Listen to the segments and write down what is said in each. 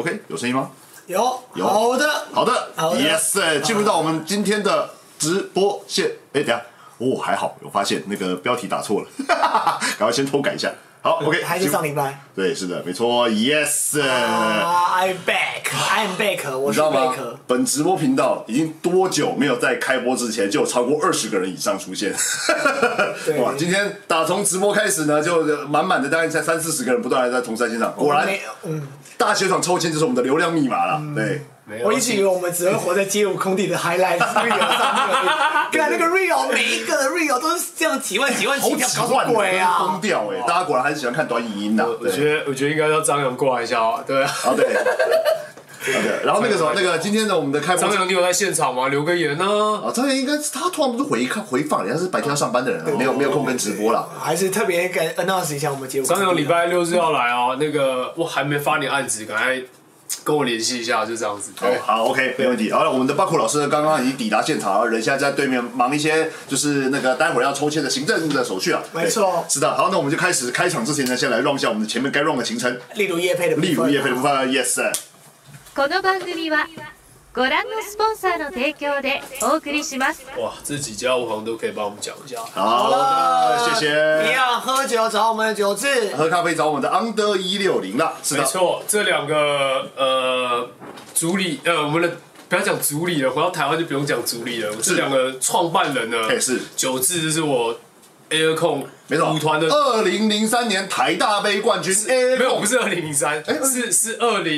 OK， 有声音吗？ 有。 好的好的 ，Yes， 进入到我们今天的直播线。等一下，还好，有发现那个标题打错了，赶快先偷改一下。好 ，OK， 还是上礼拜。 对，是的，没错 ，Yes。I'm back，我是贝克。 本直播频道已经多久没有在开播之前就有超过20个人以上出现？哇，今天打从直播开始呢，就满满的大概才30-40个人不断的在同在现场。果然，大雪场抽签就是我们的流量密码了。对。 我一直以为我们只会活在街舞空地的 highlight reel 上面，看那个 reel， 每一个的 reel 都是这样几万起跳，搞什么鬼啊？ 疯掉哎！大家果然还是喜欢看短影音的。 我觉得应该要张扬过来一下啊，对啊。 对。然后那个什么，那个今天的我们的开播， 张扬你有在现场吗？留个言呢？ 张扬应该他突然不是回放，人家是白天要上班的人，没有空跟直播了。 还是特别跟 announce 一下我们节目。 张扬礼拜6日要来啊，那个我还没发你案子，赶快跟我联系一下，就这样子。 好 ，OK， 没问题。然后我们的巴库老师刚刚已经抵达现场，人现在在对面忙一些，就是那个待会儿要抽签的行政的手续啊。 没错， 是的。好，那我们就开始开场之前呢，先来 run 一下我们的前面该 run 的行程。 例如业配的部分 ，Yes。 この番組はご覧のスポンサーの提供でお送りします。 哇，这几家我好像都可以帮我们讲一下。 好的，谢谢。 一样喝酒找我们的酒字， 喝咖啡找我们的 Under 160啦。是的， 没错，这两个主理我们的不要讲主理了，回到台湾就不用讲主理了。这两个创办人呢，是酒字，这是我 Air 控舞团的 2003年台大杯冠军。 没有，不是2003，是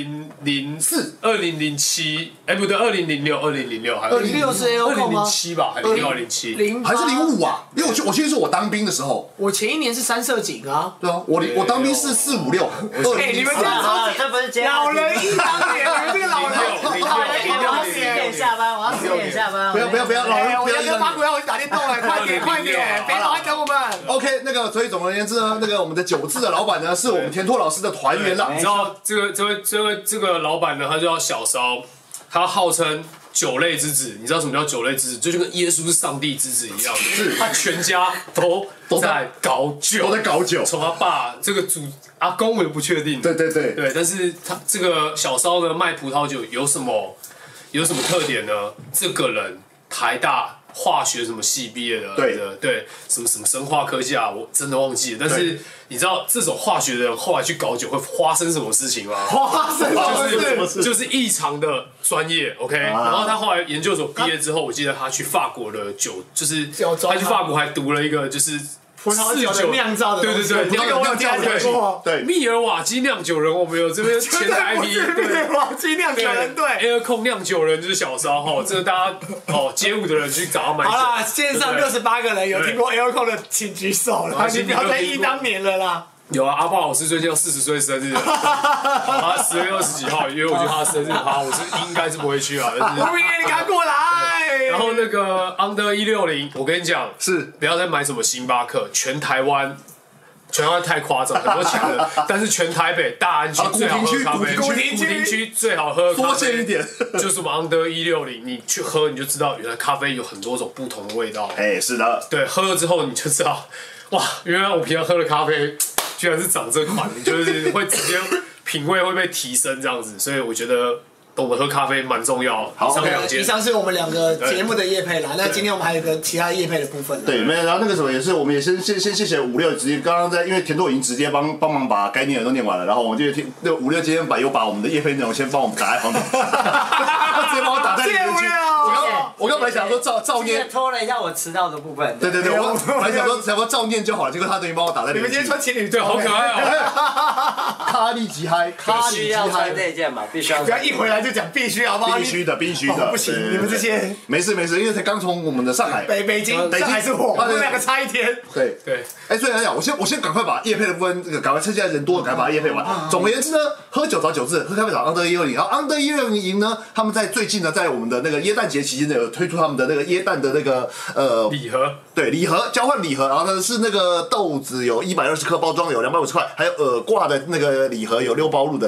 2004、2007，不对，2006，还有 2006是 Air 控吗 ？2007吧，还是06、07， 还是05啊？因为我记得是我当兵的时候， 我前一年是三色井啊。 对啊，我当兵是4、5、6。 你们这样超这不是老人忆当年，你们这个老人。 我要10点下班， 不要，老人我要跟八股要打电动了，快点，别老在等我们。 OK， 那个，所以总而言之呢，那个我们的酒字的老板呢，是我们田拓老师的团员啦。 你知道这个老板呢，他叫小烧，他号称酒类之子。你知道什么叫酒类之子？就跟耶稣是上帝之子一样，是他全家都在搞酒，从他爸这个阿公我也不确定。对，但是他这个小烧呢卖葡萄酒有什么特点呢？这个人台大化学什么系毕业的，对，什么生化科技啊，我真的忘记了。但是你知道这种化学的人后来去搞酒会发生什么事情吗？就是异常的专业 ，OK。然后他后来研究所毕业之后，我记得他去法国的酒，就是他去法国还读了一个就是葡萄酒的酿造的， 对， 这个我有听过。 对， 密尔瓦基酿酒人，我们有这边前的 IP， 密尔瓦基酿酒人，对 ，Air 控酿酒人就是小烧哈，这个大家街舞的人去找他买酒。 好啦，线上68个人有听过 Air 控的，请举手了，你不要再忆当年了啦。 有啊，阿豹老师最近要40岁生日，他10月20几号约我去他的生日趴，我是应该是不会去啊。 吴明你赶过来。 然后那个 Under 160，我跟你讲， 是不要再买什么星巴克，全台湾太夸张，很多钱了。但是全台北大安区最好喝咖啡，古亭区最好喝咖啡， 多见一点， 就是我们 Under 160，你去喝你就知道，原来咖啡有很多种不同的味道。 是的， 对，喝了之后你就知道，哇，原来我平常喝的咖啡居然是长这款，你就是会直接品味会被提升这样子，所以我觉得懂得喝咖啡蛮重要。 好， 以上是我们2个节目的业配啦。那今天我们还有一个其他业配的部分。 对，然后那个什么也是，我们也先谢谢56直接刚刚因为田拓已经直接帮忙把该念的都念完了，然后我们就那56今天把我们的业配内容先帮我们打在旁边，直接帮我打在里面去。我刚本来想说照念， 拖了一下我迟到的部分。 对，我本来想说照念就好了，结果他等于帮我打在里面。 你们今天穿情侣对，好可爱哦！咖喱极嗨， 必须要穿这件嘛，必须要。 不要一回来就讲必须好不好？ 必须的。 不行，你们这些没事，因为才刚从我们的上海、 北京，上海是我们2个差1天。 对。所以来讲，我先赶快把业配的部分，赶快趁现在人多，赶快把业配完。总而言之呢，喝酒找酒字，喝咖啡找 Under 160。然后 Under 160营呢，他们在最近呢，在我们的那个耶诞节期间呢，有推出他们的那个耶诞的那个礼盒， 对，礼盒交换礼盒，然后呢是那个豆子有120克包装有250块，还有耳挂的那个礼盒有6包入的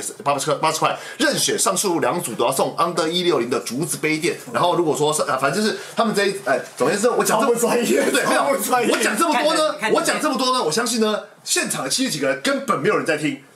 280块，任选上述2组都要送 Under 160的竹子杯垫。然后如果说反正就是他们总而言之，我讲这么专业， 对，没有，我讲这么多呢，我相信呢，现场的70几个人根本没有人在听。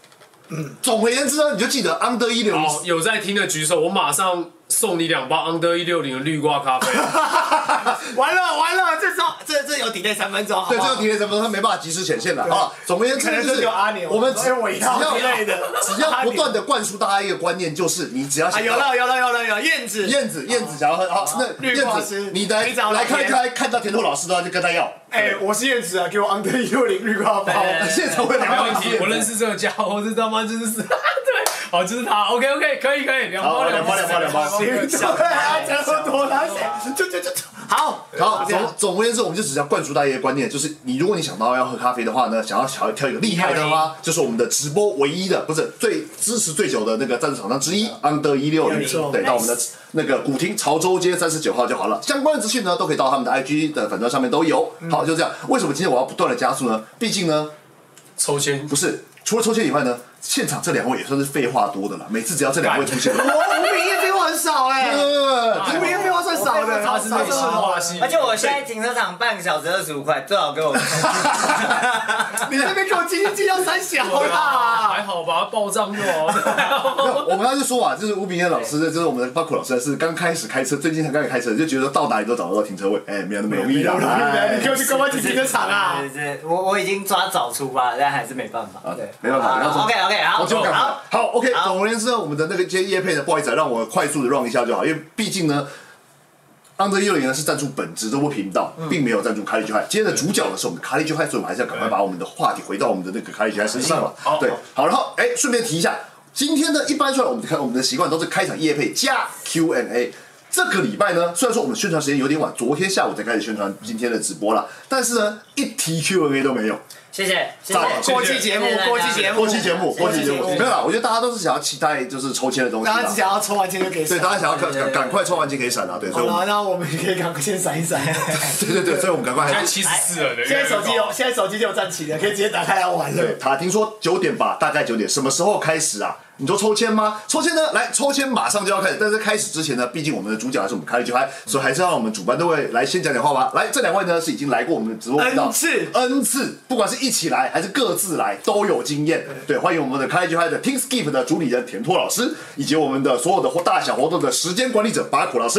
总而言之呢，你就记得 Under 160。 好，有在听的举手，我马上送你2包 Under 160的绿挂咖啡。 完了，这有 delay 3分钟， 对，这个体验什么，他没办法及时显现了。好了，总而言之可能就是有阿牛， 我们只有我一套之类的， 只要不断的灌输大家一个观念，就是你只要想有了，燕子， 想要喝好，那绿挂燕子师， 你来看到甜兔老师的话，就跟他要。 我是燕子啊，给我 Under 160绿挂包， 现场会没问题，我认识这个家伙，知道吗？就是对，好，就是他。OK，可以，2包。 对啊，这么多他就好， 总而言之，我们就只要灌输大家一个观念，就是如果你想到要喝咖啡的话呢，想要挑一个厉害的话，就是我们的直播唯一的，不是最支持最久的那个赞助厂商之一 ，Under 160，对，到我们的那个古亭潮州街39号就好了。相关的资讯呢，都可以到他们的 IG 的粉专上面都有。好，就这样。为什么今天我要不断的加速呢？毕竟呢， 抽签不是除了抽签以外呢，现场这2位也算是废话多的了。每次只要这2位出现， 吴明业废话很少吴明业废话算少的， 他是内心话系， 而且我现在停车场半个小时25块，最好给我。 你那边给我记到3小啦， 还好吧，报账就好。 我们刚才就说啊，就是吴炳彦老师，就是我们的巴库老师，是刚开始开车，最近才刚开始开车，就觉得到哪里都找得到停车位，没有那么容易的。 你给我去干嘛去停车场啊？ 我已经抓早出吧，但还是没办法。 对，没办法。 OK，好 OK。总而言之呢，我们的那个接业配的，不好意思，让我快速的 run 一下就好，因为毕竟呢。Under 160呢是赞助本直播频道，并没有赞助卡利居嗨。今天的主角呢是我们的卡利居嗨，所以我们还是要赶快把我们的话题回到我们的那个卡利居嗨身上了。对，好，然后顺便提一下，今天呢一般说我们的习惯都是开场业配加 Q&A。这个礼拜呢，虽然说我们宣传时间有点晚，昨天下午才开始宣传今天的直播啦，但是呢一题 Q&A 都没有。 谢谢。 过期节目， 没有啦，我觉得大家都是想要期待就是抽签的东西， 大家只想要抽完签就可以闪， 对，大家想要赶快抽完签可以闪啊，对，所以那我们可以赶快先闪一闪， 对，所以我们赶快。 现在74了， 现在手机就有站起的，可以直接打开来玩了。 对，他听说9点吧，大概9点，什么时候开始啊？你说抽签吗？抽签呢？来，抽签马上就要开始，但是开始之前呢，毕竟我们的主角还是我们卡利居嗨，所以还是要让我们主办单位来先讲话吧。来，这2位呢是已经来过我们的直播频道 N 次，不管是一起来还是各自来，都有经验。对，欢迎我们的卡利居嗨的 TeamSkip 的主理人田拓老师，以及我们的所有的大小活动的时间管理者巴库老师。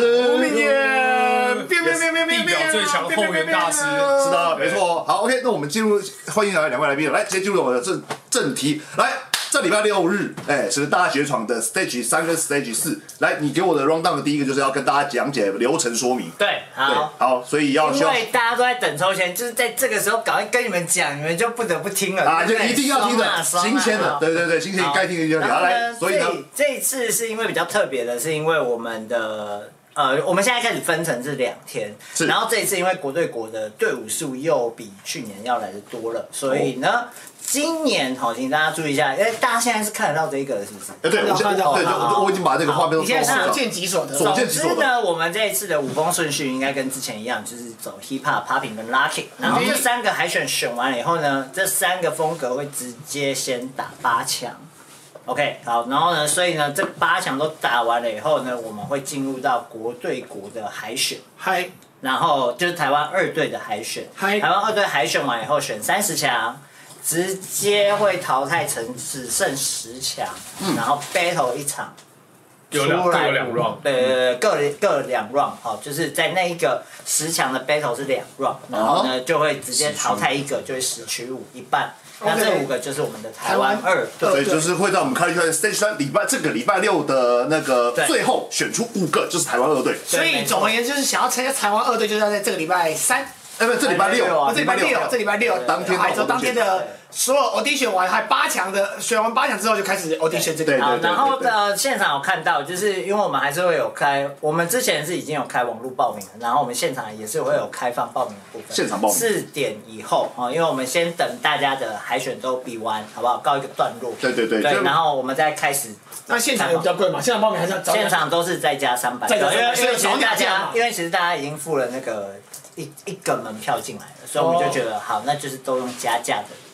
地表最强后援大师， 是的，没错。好 ，OK， 那我们进入，欢迎2位来宾，来，直接进入我们的正题，来。这礼拜6日，是大学闯的 Stage 3跟 Stage 4。来，你给我的 rundown 的第一个就是要跟大家讲解流程说明。 对， 好，所以要因为大家都在等抽签，就是在这个时候赶快跟你们讲，你们就不得不听了啊，就一定要听的，新鲜的，对，新鲜该听的就听。好，来，所以呢， 这一次是因为比较特别的，是因为我们的。我们现在开始分成是2天，然后这一次因为国对国的队伍数又比去年要来的多了，所以呢，今年请大家注意一下，因为大家现在是看得到这个了，是不是？ 对，我已经把这个画面都你现在是所见即所得。 总之呢，我们这一次的舞风顺序应该跟之前一样，就是走 hip hop、popping 跟 locking， 然后这3个海选完了以后呢，这3个风格会直接先打8强。OK， 好，然后呢，所以呢，这8强都打完了以后呢，我们会进入到国对国的海选，然后就是台湾2队的海选，台湾2队海选完以后选30强，直接会淘汰成只剩10强，然后 battle 1场， 各有2 round， 对，各2 round， 就是在那一个10强的 battle 是2 round， 然后呢就会直接淘汰1个，就会10取5，一半。那这5个就是我们的台湾2队， 所以就是会在我们卡利居嗨的 Stage 3这个礼拜6的那个最后选出5个，就是台湾2队。 所以总而言之，就是想要参加台湾2队，就是要在这个礼拜3。 不，这礼拜6， 这礼拜六当天海州当天的所有 audition 完，还8强的选完8强之后就开始 audition 这个。 然后现场有看到，就是因为我们还是会有开，我们之前是已经有开网络报名了，然后我们现场也是会有开放报名的部分。 现场报名 4点以后因为我们先等大家的海选都比完，好不好？告一个段落。 对， 然后我们再开始。 那现场也比较贵嘛？现场报名还是要现场都是再加300，因为其实大家已经付了那个一个门票进来了，所以我们就觉得好，那就是都用加价的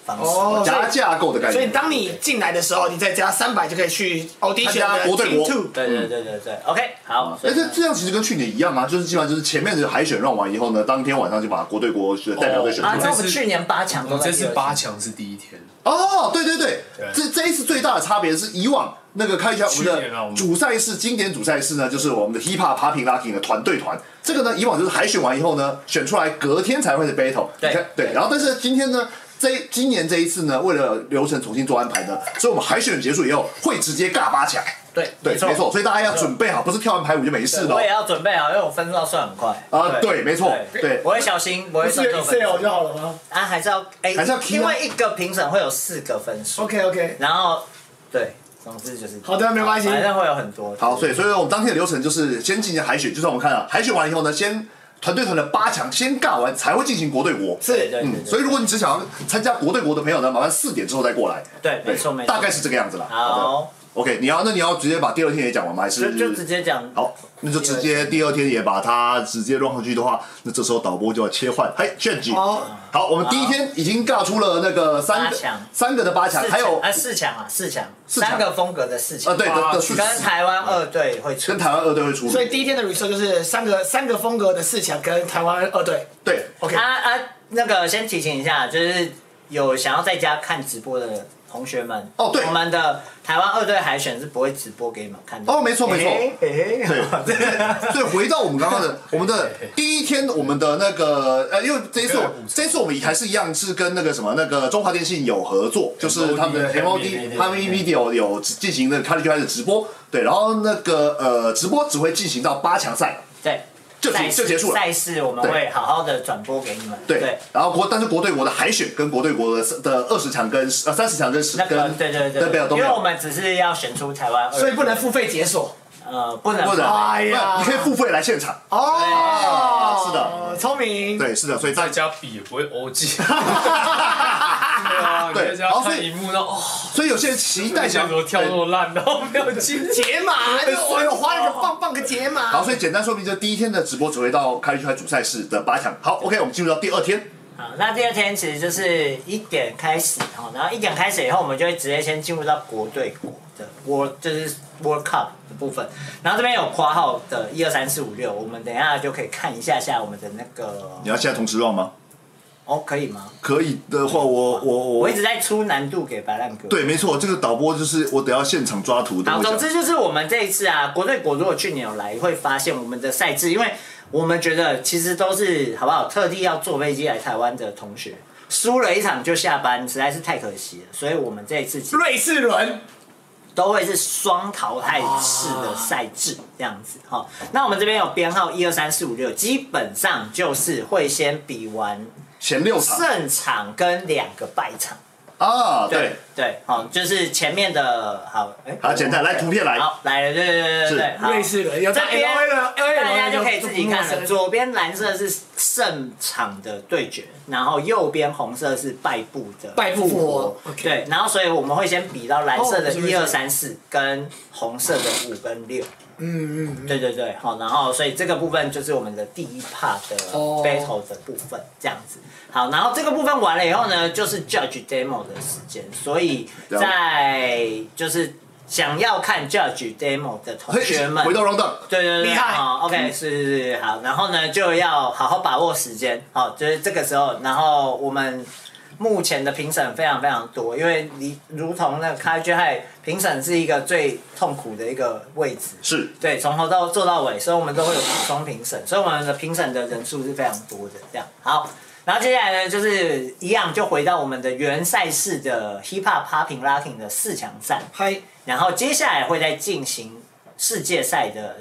方式。 加架构的概念。 所以当你进来的时候，你再加300就可以去 audition 参加的国对国 Team 2。 对 ，OK， 好。 这样其实跟去年一样啊，就是基本上就是前面的海选 run 完以后呢，当天晚上就把国对国的代表队选出来。 那我们去年8强都在这次8强是第一天。 哦，对，这一次最大的差别是以往那个开一下我们的主赛事，经典主赛事呢，就是我们的 Hip Hop Popping Locking 的团队团。这个呢，以往就是海选完以后呢，选出来隔天才会是 battle。对，然后但是今天呢，今年这一次呢，为了流程重新做安排呢，所以我们海选结束以后会直接尬8强。 对， 没错，所以大家要准备好，不是跳完排舞就没事了。 我也要准备好，因为我分数要算很快。 对，没错，对， 我会小心，我会算错分数就好了吗？ 啊，还是要因为一个评审会有4个分数。 OK， 然后对，总之就是好的，没关系， 反正会有很多。 好，所以我们当天的流程就是先进行海选，就是我们看啊，海选完以后呢，先团队团的8强先尬完，才会进行国对国。 对， 所以如果你只想要参加国对国的朋友呢，麻烦4点之后再过来。 对，没错， 大概是这个样子啦。 好。 OK， 你要直接把第2天也讲完吗？还是就直接讲？ 好，那就直接第2天也把它直接 run 上去的话，那这时候导播就要切换，炫技。好，我们第1天已经尬出了那个3个的8强，还有 4强啊，4强，3个风格的4强。 对的， 跟台湾2队会出， 所以第1天的 result 就是3个风格的4强跟台湾2队。 对 ，OK。 那个先提醒一下，就是有想要在家看直播的同学们， 对， 我们的台湾2队海选是不会直播给你们看的。 没错。对，所以回到我们刚刚的，我们的第1天，我们的那个因为这一次我们还是一样是跟那个什么那个中华电信有合作，就是他们的 MOD 他们 Video 有进行那个 College High 的直播，对，然后那个直播只会进行到8强赛， 对。 就结束了。 赛事我们会好好的转播给你们。 对，然后但是国对国的海选跟国对国的20强跟30强跟10跟对，因为我们只是要选出台湾2队， 所以不能付费解锁。 不能。 哎呀， 你可以付费来现场。是的， 聪明。 对，是的，所以在家比也不会欧记。 对， 然后看荧幕， 所以有些人期待想跳那么烂，然后没有进解码，我有花了个放个解码。 好，所以简单说明，就第1天的直播只会到开区主赛事的8强。好 ，OK， 我们进入到第2天。 好，那第2天其实就是1点开始，然后1点开始以后，我们就会直接先进入到国对国的就是 World Cup 的部分。然后这边有括号的1、2、3、4、5、6，我们等一下就可以看一下我们的那个。 你要现在同时 run 吗？ 可以吗？ 可以的话， 我一直在出难度给白烂哥。 对，没错，这个导播就是我等要现场抓图的。 好，总之就是我们这一次啊，国对国如果去年有来，会发现我们的赛制，因为我们觉得其实都是好不好，特地要坐飞机来台湾的同学，输了1场就下班，实在是太可惜了。所以我们这一次瑞士轮都会是双淘汰式的赛制这样子。好，那我们这边有编号1、2、3、4、5、6，基本上就是会先比完前6场胜场跟2个败场。 对， 就是前面的好简单，来图片来， 好来了，对， 瑞士人有这边大家就可以自己看了。左边蓝色是胜场的对决，然后右边红色是败部的复活。对，然后所以我们会先比到蓝色的1、2、3、4跟红色的5跟6。对，好，然后所以这个部分就是我们的第1 part 的 battle 的部分，这样子。好，然后这个部分完了以后呢，就是 judge demo 的时间，所以在就是想要看 judge demo 的同学们， 回到 round down， 对， 厉害 ，OK， 是好，然后呢就要好好把握时间，好，就是这个时候，然后我们目前的评审非常非常多，因为你如同那个College High评审是一个最痛苦的一个位置， 是对，从头做到尾，所以我们都会有补充评审，所以我们的评审的人数是非常多的，这样好。然后接下来呢，就是一样就回到我们的原赛事的 Hip Hop Popping Locking 的4强赛，然后接下来会再进行世界赛的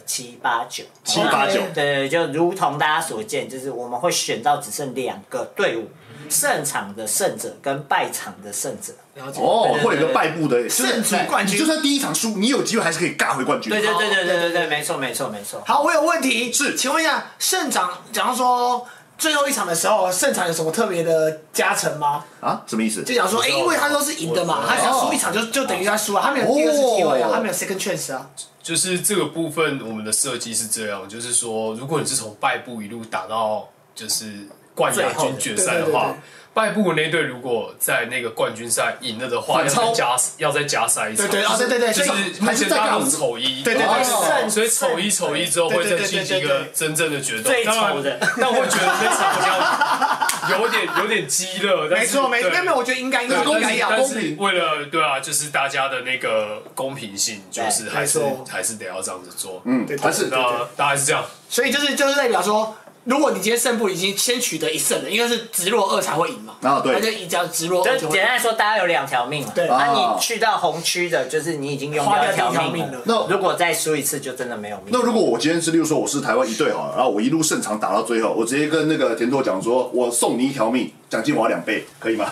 7、8、9，对，就如同大家所见，就是我们会选到只剩2个队伍，胜场的胜者跟败场的胜者。 会有一个败部的胜出冠军， 就算第1场输，你有机会还是可以尬回冠军。 对，没错。 好，我有问题， 是， 请问一下，胜场，假如说最后1场的时候，胜场有什么特别的加成吗？ 什么意思？ 就讲说，因为他都是赢的嘛，他想输1场就等于他输了，他没有第2次机会啊，他没有 second chance 啊。 就是这个部分，我们的设计是这样，就是说，如果你是从败部一路打到就是冠亚军决赛的话， 败部的那队如果在那个冠军赛赢了的话，要再加赛一场。 对， 就是目前大家都丑一， 对， 所以丑一之后会再进行一个真正的决斗。 最丑的， 但我会觉得那场好像有点激烈。 没错，没有，我觉得应该要， 但是为了对啊，就是大家的那个公平性，就是还是得要这样子做。 还是大概是这样。 所以就是代表说。如果你今天胜部已经先取得1胜了，应该是直落2才会赢嘛？ 对， 那就只要直落2 就简单来说，大家有2条命嘛。 对， 你去到红区的，就是你已经用掉1条命了。 那如果再输一次，就真的没有命。 那如果我今天是，例如说我是台湾一队好了，然后我一路胜场打到最后，我直接跟那个田拓讲说，我送你1条命，奖金我要2倍，可以吗？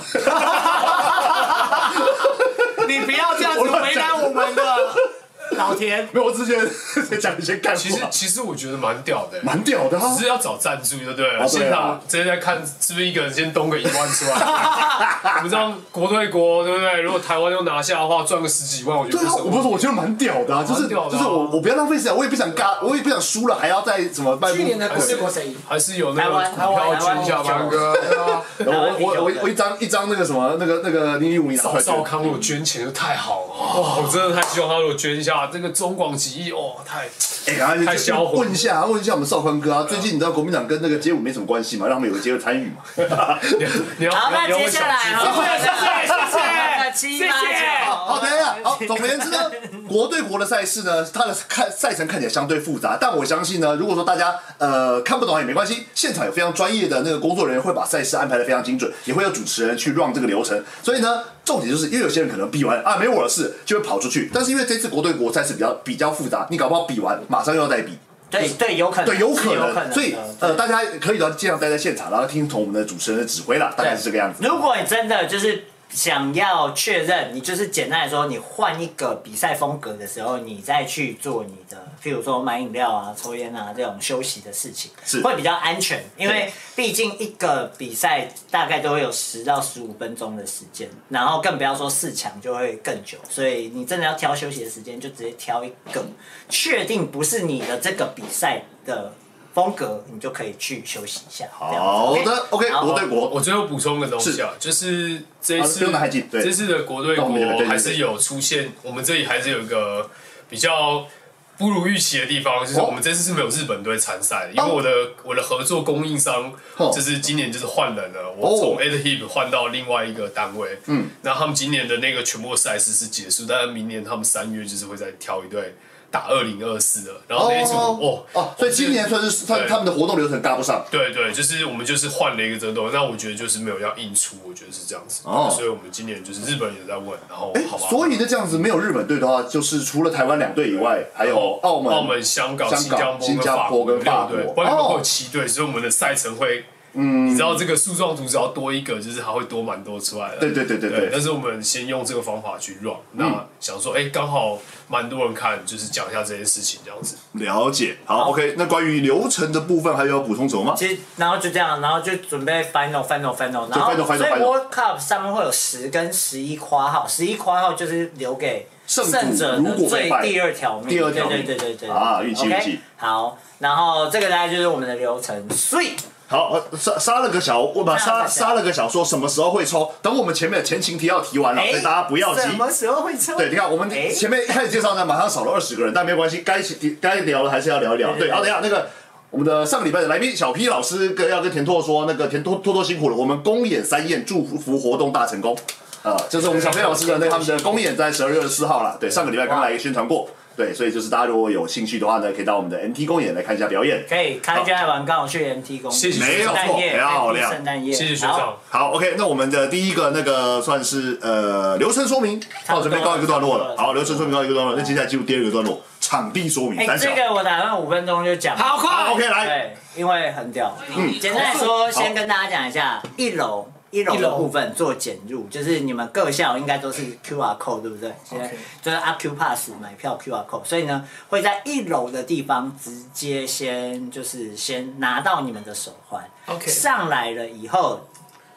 你不要这样子为难我们的。老田， 没有，我之前在讲一些干话。 其实我觉得蛮屌的， 蛮屌的， 只是要找赞助，对不对？现场直接在看是不是一个人先东个1万出来。我们这样国对国，对不对？如果台湾又拿下的话，赚个10几万，我觉得我不是，我觉得蛮屌的，就是我不要浪费时间，我也不想我也不想输了，还要再什么办？ 去年的国对国谁赢？ 还是有那个股票捐一下吧，哥。 我一张那个什么那个005拿出来。 赵康如果捐钱就太好了，我真的太希望他如果捐一下。这个中广起义太销魂。 问一下我们少宽哥啊，最近你知道国民党跟那个街舞没什么关系嘛，让他们有个机会参与嘛。 好，那接下来， 谢谢。 好，等一下，好，总而言之呢，国对国的赛事呢，它的赛程看起来相对复杂，但我相信呢，如果说大家看不懂也没关系，现场有非常专业的那个工作人员会把赛事安排的非常精准，也会有主持人去 run 这个流程，所以呢。重点就是因为有些人可能比完没我的事就会跑出去，但是因为这次国对国赛事比较复杂，你搞不好比完马上又要再比。 对，有可能。 对，有可能。所以大家可以尽量待在现场，然后听从我们的主持人的指挥啦，大概是这个样子。 如果你真的就是想要确认，你就是简单来说，你换一个比赛风格的时候，你再去做你的，譬如说买饮料啊、抽烟啊这种休息的事情，会比较安全。因为毕竟一个比赛大概都会有10到15分钟的时间，然后更不要说4强就会更久，所以你真的要挑休息的时间，就直接挑一个确定不是你的这个比赛的风格，你就可以去休息一下。 好的 ，OK， 国对国， 我最后补充个东西啊，就是这一次的国对国还是有出现，我们这里还是有一个比较不如预期的地方，就是我们这次是没有日本队参赛的，因为我的合作供应商就是今年就是换人了，我从 AdHip 换到另外一个单位，那他们今年的那个全部赛事是结束，但是明年他们3月就是会再挑一队。打2024了，然后那一组所以今年算是他们的活动流程搭不上。 对，就是我们就是换了一个争斗，那我觉得就是没有要硬出，我觉得是这样子。所以我们今年就是日本人也在问，然后好吧。 所以呢，这样子没有日本队的话，就是除了台湾2队以外，还有澳门、 香港、新加坡跟法国，外面会有7队，所以我们的赛程会。你知道这个树状图只要多一个，就是它会多蛮多出来的。 对。 但是我们先用这个方法去 run， 那想说，刚好蛮多人看，就是讲一下这件事情这样子。 了解，好 ，OK。那关于流程的部分还有要补充什么吗？ 其实，然后就这样，然后就准备 final， 然后所以 World Cup 上面会有10跟11括号，11括号就是留给胜者的第2条命。对。 运气。 好，然后这个大概就是我们的流程，所以。 好，杀了个小说，什么时候会抽？等我们前面的前情提要提完了，所以大家不要急。 什么时候会抽？ 对，你看我们前面一开始介绍呢，马上少了20个人，但没有关系，该聊的还是要聊一聊。对，好，等一下那个我们的上个礼拜的来宾小 P 老师要跟田拓说，那个田拓辛苦了，我们公演3宴祝福活动大成功。就是我们小 P 老师的他们的公演在12月24号了，对，上个礼拜刚来宣传过。对，所以就是大家如果有兴趣的话呢，可以到我们的 NT 公演来看一下表演。 可以开家玩，刚好去 NT 公演， 谢谢没有错，漂亮， 圣诞夜， 谢谢学长。 好 ，OK， 那我们的第一个那个算是流程说明，准备告一个段落了。好，流程说明告一个段落，那接下来进入第2个段落，场地说明。 这个我打算5分钟就讲。 好快 ，OK， 来。 对，因为很屌。简单来说，先跟大家讲一下1楼的部分做减入，就是你们各校应该都是 QR code 对不对？现在就是 Acupass 买票 QR code， 所以呢会在1楼的地方直接先拿到你们的手环，上来了以后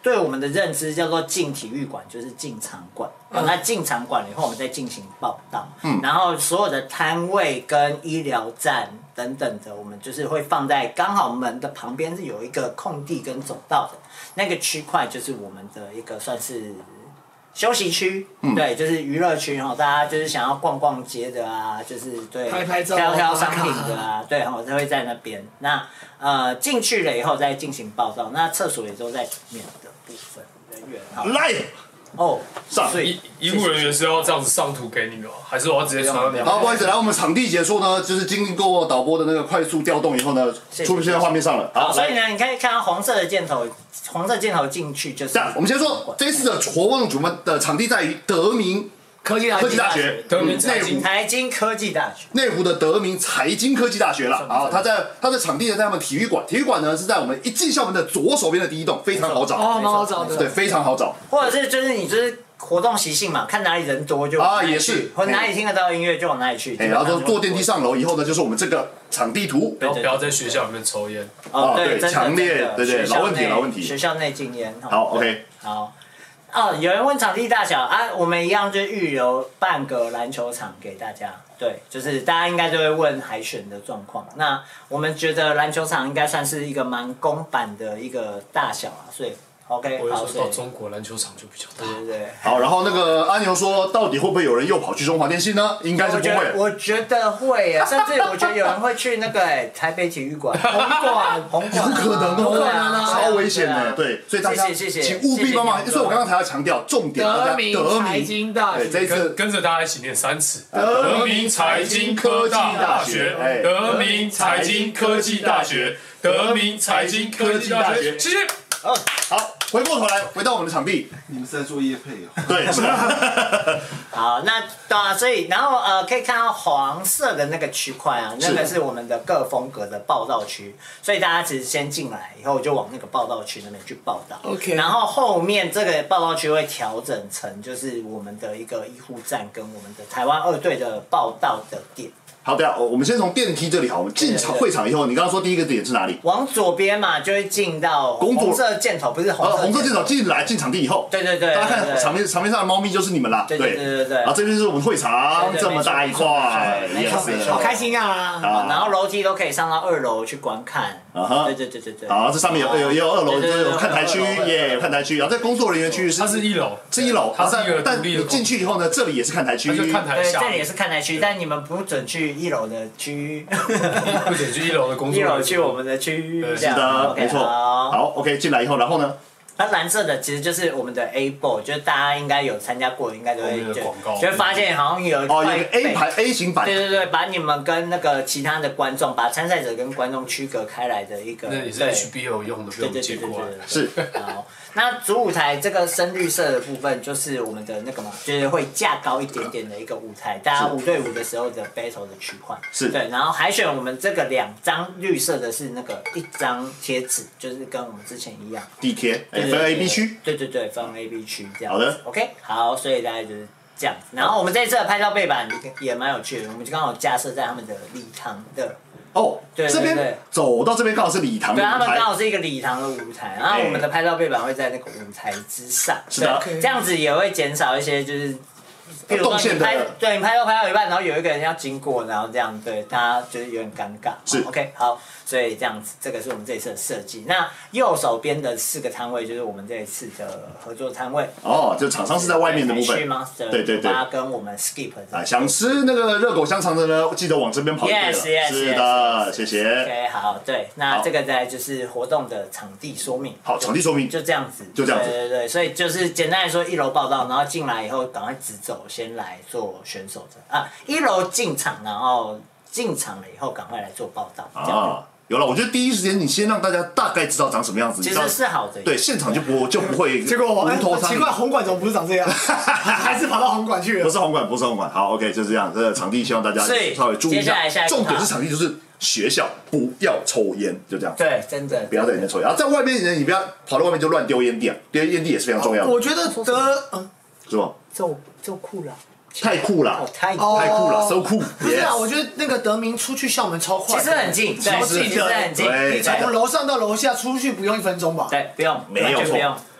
对我们的认知叫做进体育馆，就是进场馆。那进场馆以后，我们再进行报到。然后所有的摊位跟医疗站等等的，我们就是会放在刚好门的旁边是有一个空地跟走道的那个区块，就是我们的一个算是休息区，对，就是娱乐区哈，大家就是想要逛逛街的啊，就是对， 拍照挑挑商品的啊，对哈，都会在那边。那进去了以后再进行报到，那厕所也都在里面的部分人员。好， 来哦， 上所以医护人员是要这样子上图给你们吗？还是我要直接传到你们？ 好，不好意思，来我们场地解说呢，就是经过导播的那个快速调动以后呢，出现在画面上了。 好，所以呢，你可以看到黄色的箭头，黄色箭头进去就是。 这样，我们先说这一次的活动主办的场地在于德明科技大学， 德明财经科技大学， 内湖的德明财经科技大学了。啊，它的场地呢在他们体育馆，体育馆呢是在我们一进校门的左手边的第一栋，非常好找。 哦，蛮好找的。 对，非常好找。 或者是就是你就是活动习性嘛，看哪里人多就往哪里去也是， 或哪里听得到音乐就往哪里去。 然后就坐电梯上楼以后呢，就是我们这个场地图。 不要在学校里面抽烟。 哦，对， 强烈，对，老问题。 学校内禁烟。 好 ，OK。 好。有人问场地大小啊，我们一样就预留半个篮球场给大家。对，就是大家应该就会问海选的状况。那我们觉得篮球场应该算是一个蛮公版的一个大小啊，所以 OK。 我有说到中国篮球场就比较大。 对。 好，然后那个阿牛说，到底会不会有人又跑去中华电信呢？应该是不会。 我觉得会耶，甚至我觉得有人会去那个台北体育馆、红馆， 有可能哦，超危险的。对，所以大家谢谢， 请务必帮忙。所以我刚刚才要强调，重点德明财经大学， 对，这一次跟着大家一起念3次。 德明财经科技大学，德明财经科技大学，德明财经科技大学，谢谢。 好，回过头来，回到我们的场地， 你们是在做业配哦？ 对，是的。 好，那对啊，所以然后可以看到黄色的那个区块啊，那个是我们的各风格的报道区，所以大家其实先进来以后就往那个报道区那边去报道。 OK。 然后后面这个报道区会调整成就是我们的一个医护站跟我们的台湾2队的报道的点。 好，对啊，我们先从电梯这里好，我们进场会场以后，你刚刚说第一个点是哪里？ 往左边嘛，就会进到红色箭头，不是红色箭头进场地以后， 对， 大家看场面上的猫咪就是你们啦， 对。 然后这边是我们会场，这么大一块， 没错， 好开心啊！ 然后楼梯都可以上到2楼去观看，对。 好，这上面有2楼，就是有看台区耶，有看台区。然后在工作人员区域它是1楼， 它是一个但你进去以后呢，这里也是看台区， 对， 这里也是看台区，但你们不准去1楼的区域， 不准去1楼的工作人员，1 楼去我们的区域， 是的，没错。好 OK， 进来以后，然后呢？ 它蓝色的其实就是我们的 A ball， 就是大家应该有参加过，应该都会就会发现好像有一个 A 牌 A 型版， 对，把你们跟那个其他的观众，把参赛者跟观众区隔开来的一个， 那也是 HBL 用的，不用借过来。 是。 好，那主舞台这个深绿色的部分就是我们的那个嘛，就是会架高一点点的一个舞台，大家5对5的时候的 battle 的区块。 是。 对，然后海选我们这个2张绿色的是那个1张贴纸，就是跟我们之前一样。 地贴。分 A、B 区， 对，分 A、B 区这样。 好的 ，OK， 好，所以大概就是这样子。然后我们这一次的拍照背板也蛮有趣的，我们就刚好架设在他们的礼堂的。 哦， 对， 这边走到这边刚好是礼堂的舞台， 对，他们刚好是一个礼堂的舞台，然后我们的拍照背板会在那个舞台之上， 是的， 这样子也会减少一些就是。比如说你拍到一半，然后有一个人要经过，然后这样对大家就是有点尴尬。 是 OK 好，所以这样子，这个是我们这一次的设计。那右手边的4个摊位就是我们这一次的合作摊位。 哦，就厂商是在外面的部分。对， 它跟我们 Skip。 想吃那个热狗香肠的呢，记得往这边跑就对了。是的，谢谢。 OK 好，对，那这个再就是活动的场地说明。 好，场地说明就这样子，对，所以就是简单来说，1楼报到，然后进来以后赶快直走。先来做选手的1楼进场，然后进场了以后赶快来做报道。 有了，我觉得第一时间你先让大家大概知道长什么样子， 其实是好的。 对，现场就不会。 结果奇怪，红馆怎么不是长这样？还是跑到红馆去了？ 不是红馆。好 ，OK， 就这样。这个场地希望大家稍微注意一下。重点是场地就是学校不要抽烟，就这样。 对，真的不要在里面抽烟。然后在外面人，你不要跑到外面就乱丢烟蒂，丢烟蒂也是非常重要的。 我觉得是吧？ 就酷了。 太酷了， 太酷了 ，so cool。 不是啊，我觉得那个德明出去校门超快， 其实很近， 超近的， 很近。 你从楼上到楼下出去不用1分钟吧？ 对，不用， 没有错。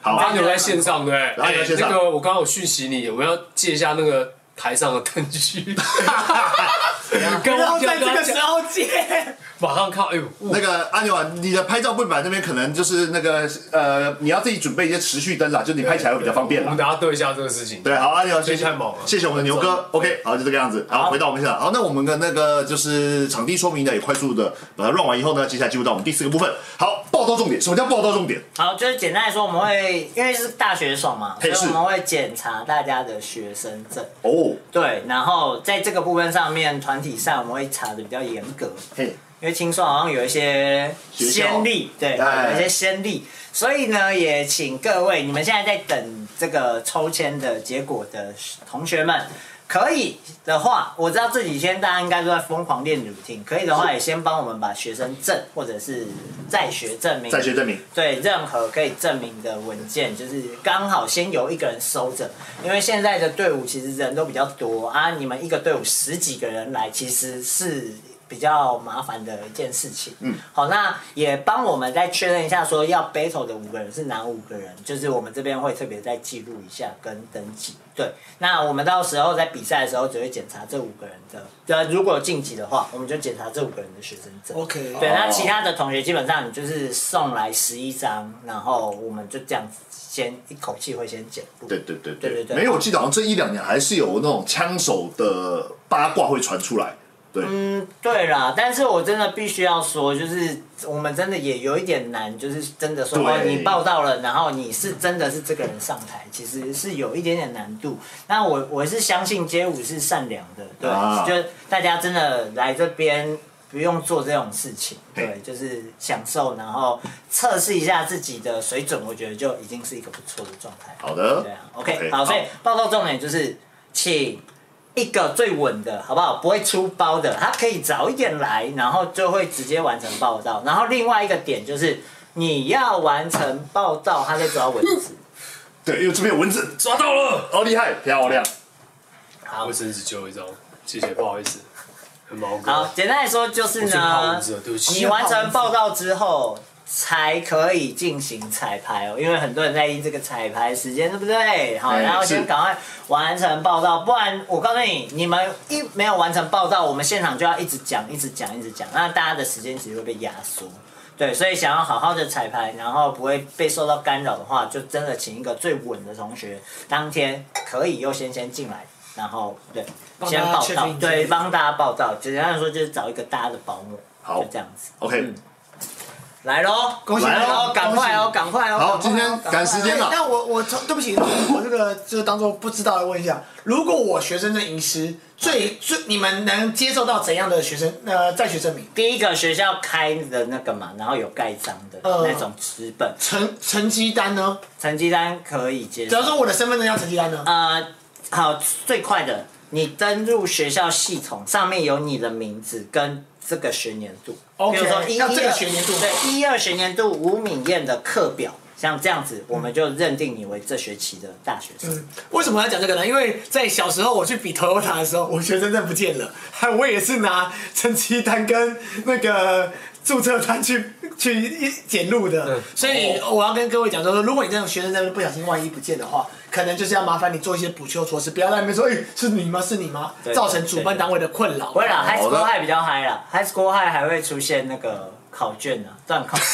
好， 阿牛在线上对不对？ 阿牛在线上那个我刚刚有讯息你，我们要借一下那个台上的灯具。 不要在这个时候接。 马上看，哎呦， 那个阿牛啊，你的拍照背板那边可能就是那个你要自己准备一些持续灯啦，就你拍起来会比较方便啦我们。等下对一下这个事情。 对，好，阿牛，谢谢太猛了谢谢我们的牛哥。OK， 好，就这个样子。好，回到我们现场。好，那我们的那个就是场地说明呢，也快速的把它 run 完以后呢，接下来进入到我们第4个部分。好，报道重点。什么叫报道重点？ 好，就是简单来说，我们会因为是大学爽嘛，所嘿是以我们会检查大家的学生证。 哦， 对，然后在这个部分上面，团体赛我们会查的比较严格， 嘿， 因为青少好像有一些学校先例，对， 哎有一些先例，所以呢，也请各位，你们现在在等这个抽签的结果的同学们。可以的话，我知道这几天大家应该都在疯狂练 routine， 可以的话也先帮我们把学生证或者是在学证明，对，任何可以证明的文件，就是刚好先由一个人收着，因为现在的队伍其实人都比较多啊，你们一个队伍10几个人来，其实是比较麻烦的一件事情。好，那也帮我们再确认一下，说要 battle 的5个人是哪5个人，就是我们这边会特别再记录一下跟登记。对，那我们到时候在比赛的时候只会检查这5个人的，如果晋级的话，我们就检查这5个人的学生证。 OK。 对，那其他的同学基本上你就是送来11张，然后我们就这样子先一口气会先检录。对。 没有，我记得好像这1-2年还是有那种枪手的八卦会传出来。对， 对啦，但是我真的必须要说，就是我们真的也有一点难，就是真的说你报到了，然后你是真的是这个人上台，其实是有一点点难度。那我是相信街舞是善良的，对，就大家真的来这边不用做这种事情，对，就是享受，然后测试一下自己的水准，我觉得就已经是一个不错的状态。 好的， 对啊 ，OK， 好，所以报到重点就是请。一个最稳的，好不好？不会出包的，他可以早一点来，然后就会直接完成报到。然后另外一个点就是，你要完成报到，他在抓蚊子。 对，因为这边有蚊子， 抓到了， 好厉害，漂亮。 好， 卫生纸救一张，谢谢，不好意思，很毛哥。 好，简单来说就是呢，你完成报到之后。才可以进行彩排哦，因为很多人在意这个彩排时间，对不对？好，然后先赶快完成报到，不然我告诉你，你们一没有完成报到，我们现场就要一直讲，那大家的时间其实会被压缩。对，所以想要好好的彩排，然后不会被受到干扰的话，就真的请一个最稳的同学，当天可以优先进来，然后对，先报到，对，帮大家报到。简单来说就是找一个大家的保姆，就这样子。 OK。 来喽， 恭喜来喽，赶快哦，赶快哦！ 好，今天赶时间了。 那我对不起，我这个就当做不知道的问一下，如果我学生证遗失，最你们能接受到怎样的学生在学证明？ 第一个学校开的那个嘛，然后有盖章的那种纸本。 成绩单呢？ 成绩单可以接受。 假如说我的身份证要成绩单呢？ 好，最快的，你登入学校系统，上面有你的名字跟这个学年度。比如说要这个学年度， 对，1、2学年度吴敏燕的课表，像这样子，我们就认定你为这学期的大学生。 为什么要讲这个呢？因为在小时候我去比 Toyota 的时候，我学生证不见了，我也是拿成绩单跟那个注册单去检录的，所以我要跟各位讲说，如果你这种学生证不小心万一不见的话，可能就是要麻烦你做一些补救措施，不要在那边说，是你吗？是你吗？造成主办单位的困扰。 不会啦 ，High School High 比较嗨啦 ，High School High 还会出现那个考卷啊，段考。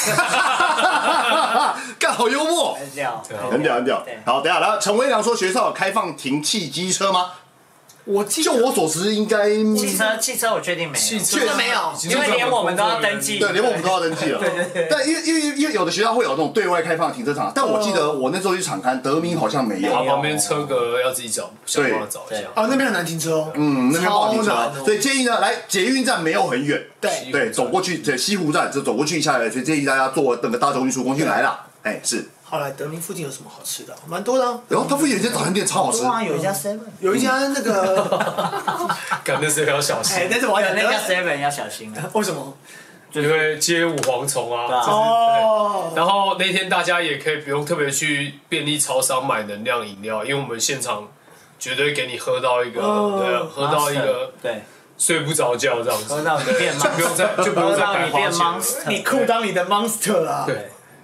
干好幽默， 很屌。 好，等一下，然后陈威良说学校有开放停汽机车吗？就我所知，应该汽车我确定没有， 汽车没有， 因为连我们都要登记。 对，连我们都要登记了。 对。 但因为有的学校会有那种对外开放的停车场，但我记得我那时候去场勘，德明好像没有。 它旁边车格要自己找，想办法找一下。 那边很难停车哦。 那边不好停车，所以建议呢，来捷运站没有很远， 对， 走过去，西湖站就走过去一下来，所以建议大家坐那个大众运输工具来啦。是。 后来德明附近有什么好吃的？蛮多的。 然后它附近有一间早餐店超好吃。 哇，有一家 Seven， 有一家那个， 感觉是要小心。 但是我那家 Seven 要小心啊。 为什么？ 因为街舞蝗虫啊。然后那天大家也可以不用特别去便利超商买能量饮料，因为我们现场绝对给你喝到一个，喝到一个， 对。 睡不着觉这样子， 喝到你变 monster， 就不用再白花钱了。 你裤裆里的 monster 啊！ 对。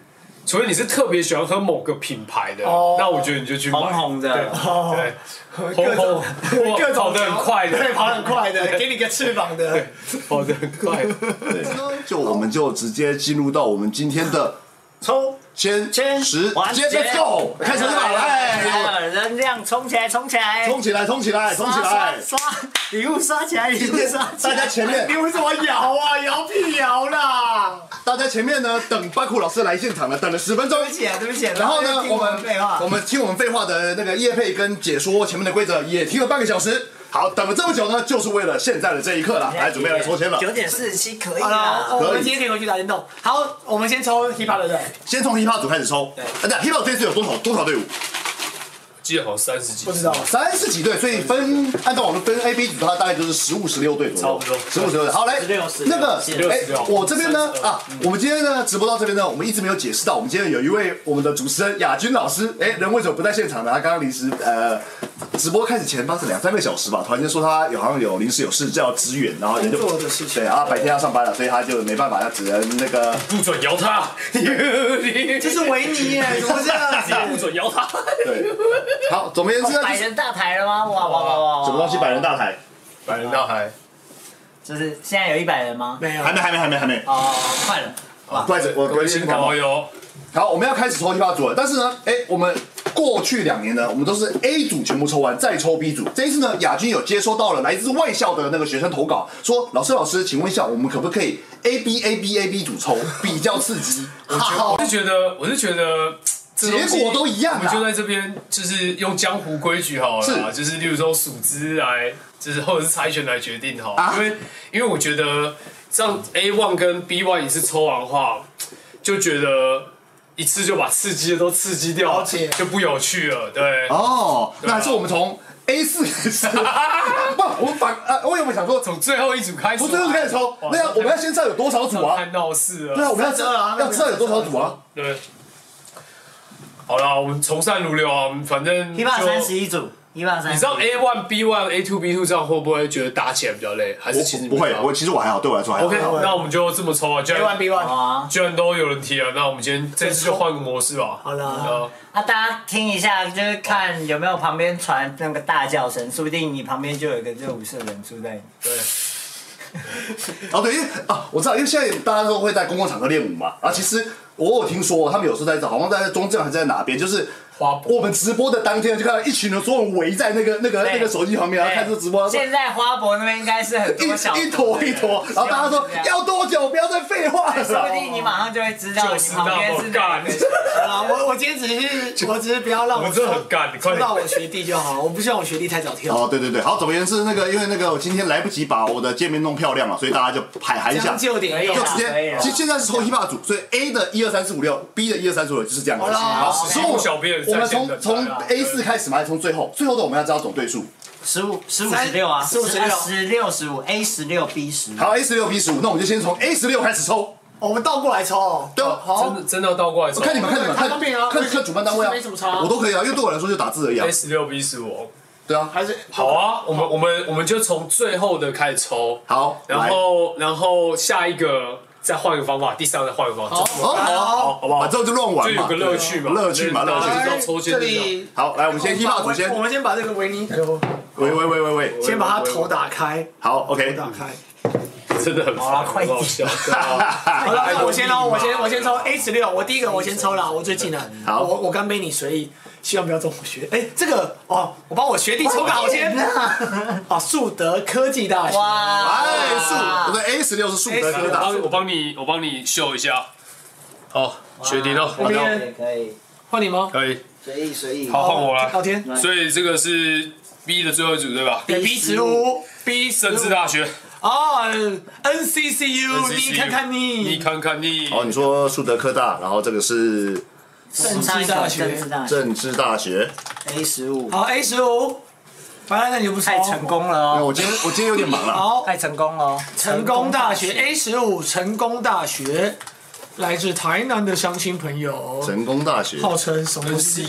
除非你是特别喜欢喝某个品牌的，那我觉得你就去买红红的， 对， 各种各种跑得很快的， 对，跑得很快的，给你个翅膀的， 跑得很快。 我们就直接进入到我们今天的抽时间 ，Let's go， 开始吧，来， 能量冲起来，冲起来， 冲起来，冲起来，冲起来！ 刷礼物刷起来，礼物刷起来！ 大家前面， 你为什么摇啊？摇屁摇啦！ 大家前面呢，等巴库老师来现场呢，等了10分钟。 对不起， 然后呢， 我们废话， 我们听我们废话的那个业配跟解说前面的规则，也听了半个小时。好，等了这么久呢，就是为了现在的这一刻了。来，准备来抽签了。 9:47可以好了， 啦。 我们今天可以回去打电动。好，我们先抽 HIPA 的对。 先从 HIPA 组开始抽。对，等下 HIPA 这次有多少队伍？ 记得好像30几， 不知道 30几队，所以按照我们分 A、B 组，它大概就是15、16队左右， 差不多 15、16队。好，来， 16 那个， 16 我这边呢我们今天呢直播到这边呢，我们一直没有解释到，我们今天有一位我们的主持人亚军老师，人为什么不在现场呢？他刚刚临时直播开始前大概是2、3个小时吧，突然间说他好像有临时有事就要支援，然后人就工作的事情对，然后白天要上班了，所以他就没办法，他只能那个不准摇他， 这是维尼耶，怎么这样子？ 不准摇他。 对，好，总而言之呢， 百人大台了吗？哇！ 什么东西百人大台？ 百人大台， 就是现在有100人吗？ 没有， 还没。 哦，快了。 不好意思，我各位新朋友， 好，我们要开始抽HIPA组了，但是呢，我们过去2年呢，我们都是 A 组全部抽完，再抽 B 组。这一次呢，亚军有接收到了来自外校的那个学生投稿，说老师，请问一下，我们可不可以 A B 组抽，比较刺激？ 我是觉得。 结果都一样， 我们就在这边，就是用江湖规矩好了，就是例如说数资来，就是或者是猜拳来决定好，因为我觉得这样 A1 跟 B1 一次抽完的话，就觉得一次就把刺激的都刺激掉，就不有趣了，对。 那还是我们从 A4 开始，不，我们我有没有想说从最后一组开始？ 从最后一组开始抽，那我们要先知道有多少组啊？ 太闹事了。 对啊，我们要知道有多少组啊？ 对。好了，我们从善如流啊，反正 131组，131。 你知道 A1、B1、A2、B2 这样会不会觉得打起来比较累？还是其实不会？其实我还好，对我来说还好。 OK， 那我们就这么抽啊。 A1、B1， 居然都有人提了，那我们今天这次就换个模式吧。 好了， 大家听一下，就是看有没有旁边传那个大叫声，说不定你旁边就有一个热舞社人住在。 对。 对，因为我知道，因为现在大家都会在公共场合练舞嘛。其实我有听说，他们有时候在好像在中正还是在哪边，就是我们直播的当天就看到一群人所有人围在那个手机旁边，然后看这直播。 现在花博那边应该是很多小一坨，然后大家说要多久，不要再废话了。 说不定你马上就会知道你旁边是哪个。 我今天只是不要让我真的很干，你快点让我学弟就好，我不希望我学弟太早跳。 对，好，总而言之，因为我今天来不及把我的界面弄漂亮了，所以大家就喊一下， 就直接。其实现在是抽HIPA组，所以 A 的1、2、3、4、5、6，B 的1、2、3、4、5、6就是这样子。 好，所以小编我们从 A4 开始嘛，还是从最后的我们要知道总对数。 15、16啊，16、15 ，A16、B15。 好 ，A16、B15，那我们就先从 A16开始抽。 我们倒过来抽。 对， 好， 真的要倒过来抽。 看你们，看主办单位啊。 没什么差， 我都可以啊，因为对我来说就打字而已啊。 A16、B15。 对啊， 还是好啊，我们就从最后的开始抽。 好， 然后下一个。再换个方法，第3个再换个方法， 好不好？之后就乱玩嘛， 就有个乐趣嘛， 乐趣。 抽签这好，来，我们先HIPA组先。 我们先把这个维尼， 喂， 先把他头打开。 好 ，OK， 打开。 真的很快点。 好了，我先抽 A16，我第一个我先抽了，我最近了。 好， 我干杯你随意，希望不要中我学。这个我帮我学弟抽个好签。树德科技大学。 哇， 我的 A16是树德科大。 我帮你秀一下。好，学弟了， 可以。 换你吗？ 可以。 随意。 好，换我了。 聊天。 所以这个是 B 的最后一组对吧 ？B15，B 政治大学。 NCCU， 你看看你。 你说树德科大，然后这个是政治大学 A15。 好 A15，反正那你就不太成功了哦。 我今天有点忙了。 好， 太成功了。 成功大学 A15，成功大学，来自台南的乡亲朋友。 成功大学， 号称什么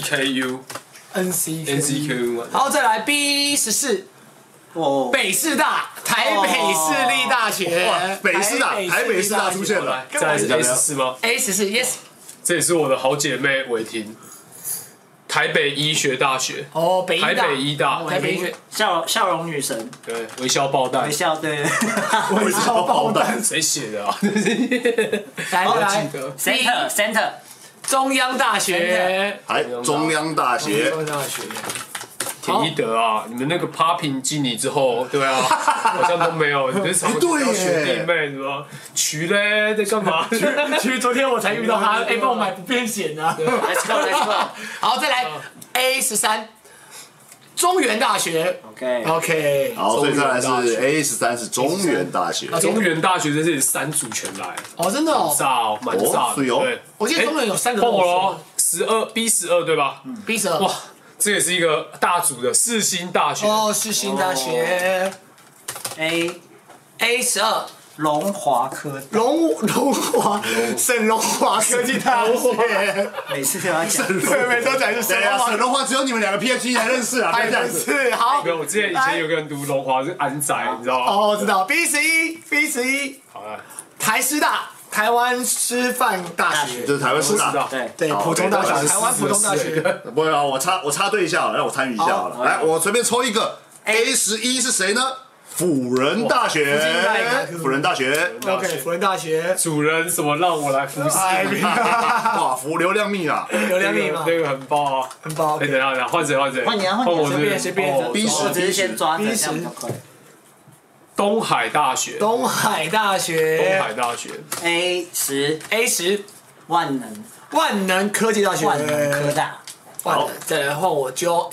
NCKU。 好，再来 B14。北师大，台北市立大学。 北师大，台北师大出现了。 再来是 A14吗 ？A14，yes。 这也是我的好姐妹伟霆，台北医学大学， 哦，北医大， 台北医大， 台北医学， 笑容女神， 对，微笑爆弹微，笑对， 微笑爆弹， 谁写的啊？ 来来记得 center 中央大学， 还中央大学， 中央大学， 田一德啊，你们那个 popping 进你之后，对啊，好像都没有，你这常对耶学弟妹什么曲嘞，在干嘛？ 其实昨天我才遇到他，帮我买不变险啊。 ，Let's go， 好，再来 A13，中原大学 OK， ，OK， 好，所以再来中原大学是 A13是中原大学， 中原大学这是3组全来， 哦，真的哦， 炸哦，蛮炸的， 是哦对。 我记得中原有3个换我都喽，12B12对吧？ ，B12， 哇，这也是一个大组的世新大学， 哦，世新大学 A12， 龙华科， 龙华省龙华科技大学， 每次都要讲， 对，每周讲是省对啊， 龙华省，龙华只有你们2个 PhD 才认识啊，不要还这样子。 是好没。有，我之前以前有个人读龙华是安仔，你知道吗？ 哦，我知道 B11， 好了， 台师大，台湾师范大学， 就是台湾师大不知道， 对， 对， 好普通大学， 对台湾普通大学。 不会啊，我插队一下好了，让我参与一下好了。来，我随便抽一个 A11是谁呢？辅仁大学，辅仁大学， OK，辅仁大学， 主人什么让我来服侍哎你？ 哇，福流量密啊！ 流量密码， 那个很爆啊！ 很棒。 哎，等一下，等一下，换谁？换谁？ 换你啊换你啊我是不是随便哦 B10 我只是先抓着，这 B10 样比较快。 东海大学， 东海大学， 东海大学， A10 A10， 万能万能科技大学， 万能科大， 万能，再来换我揪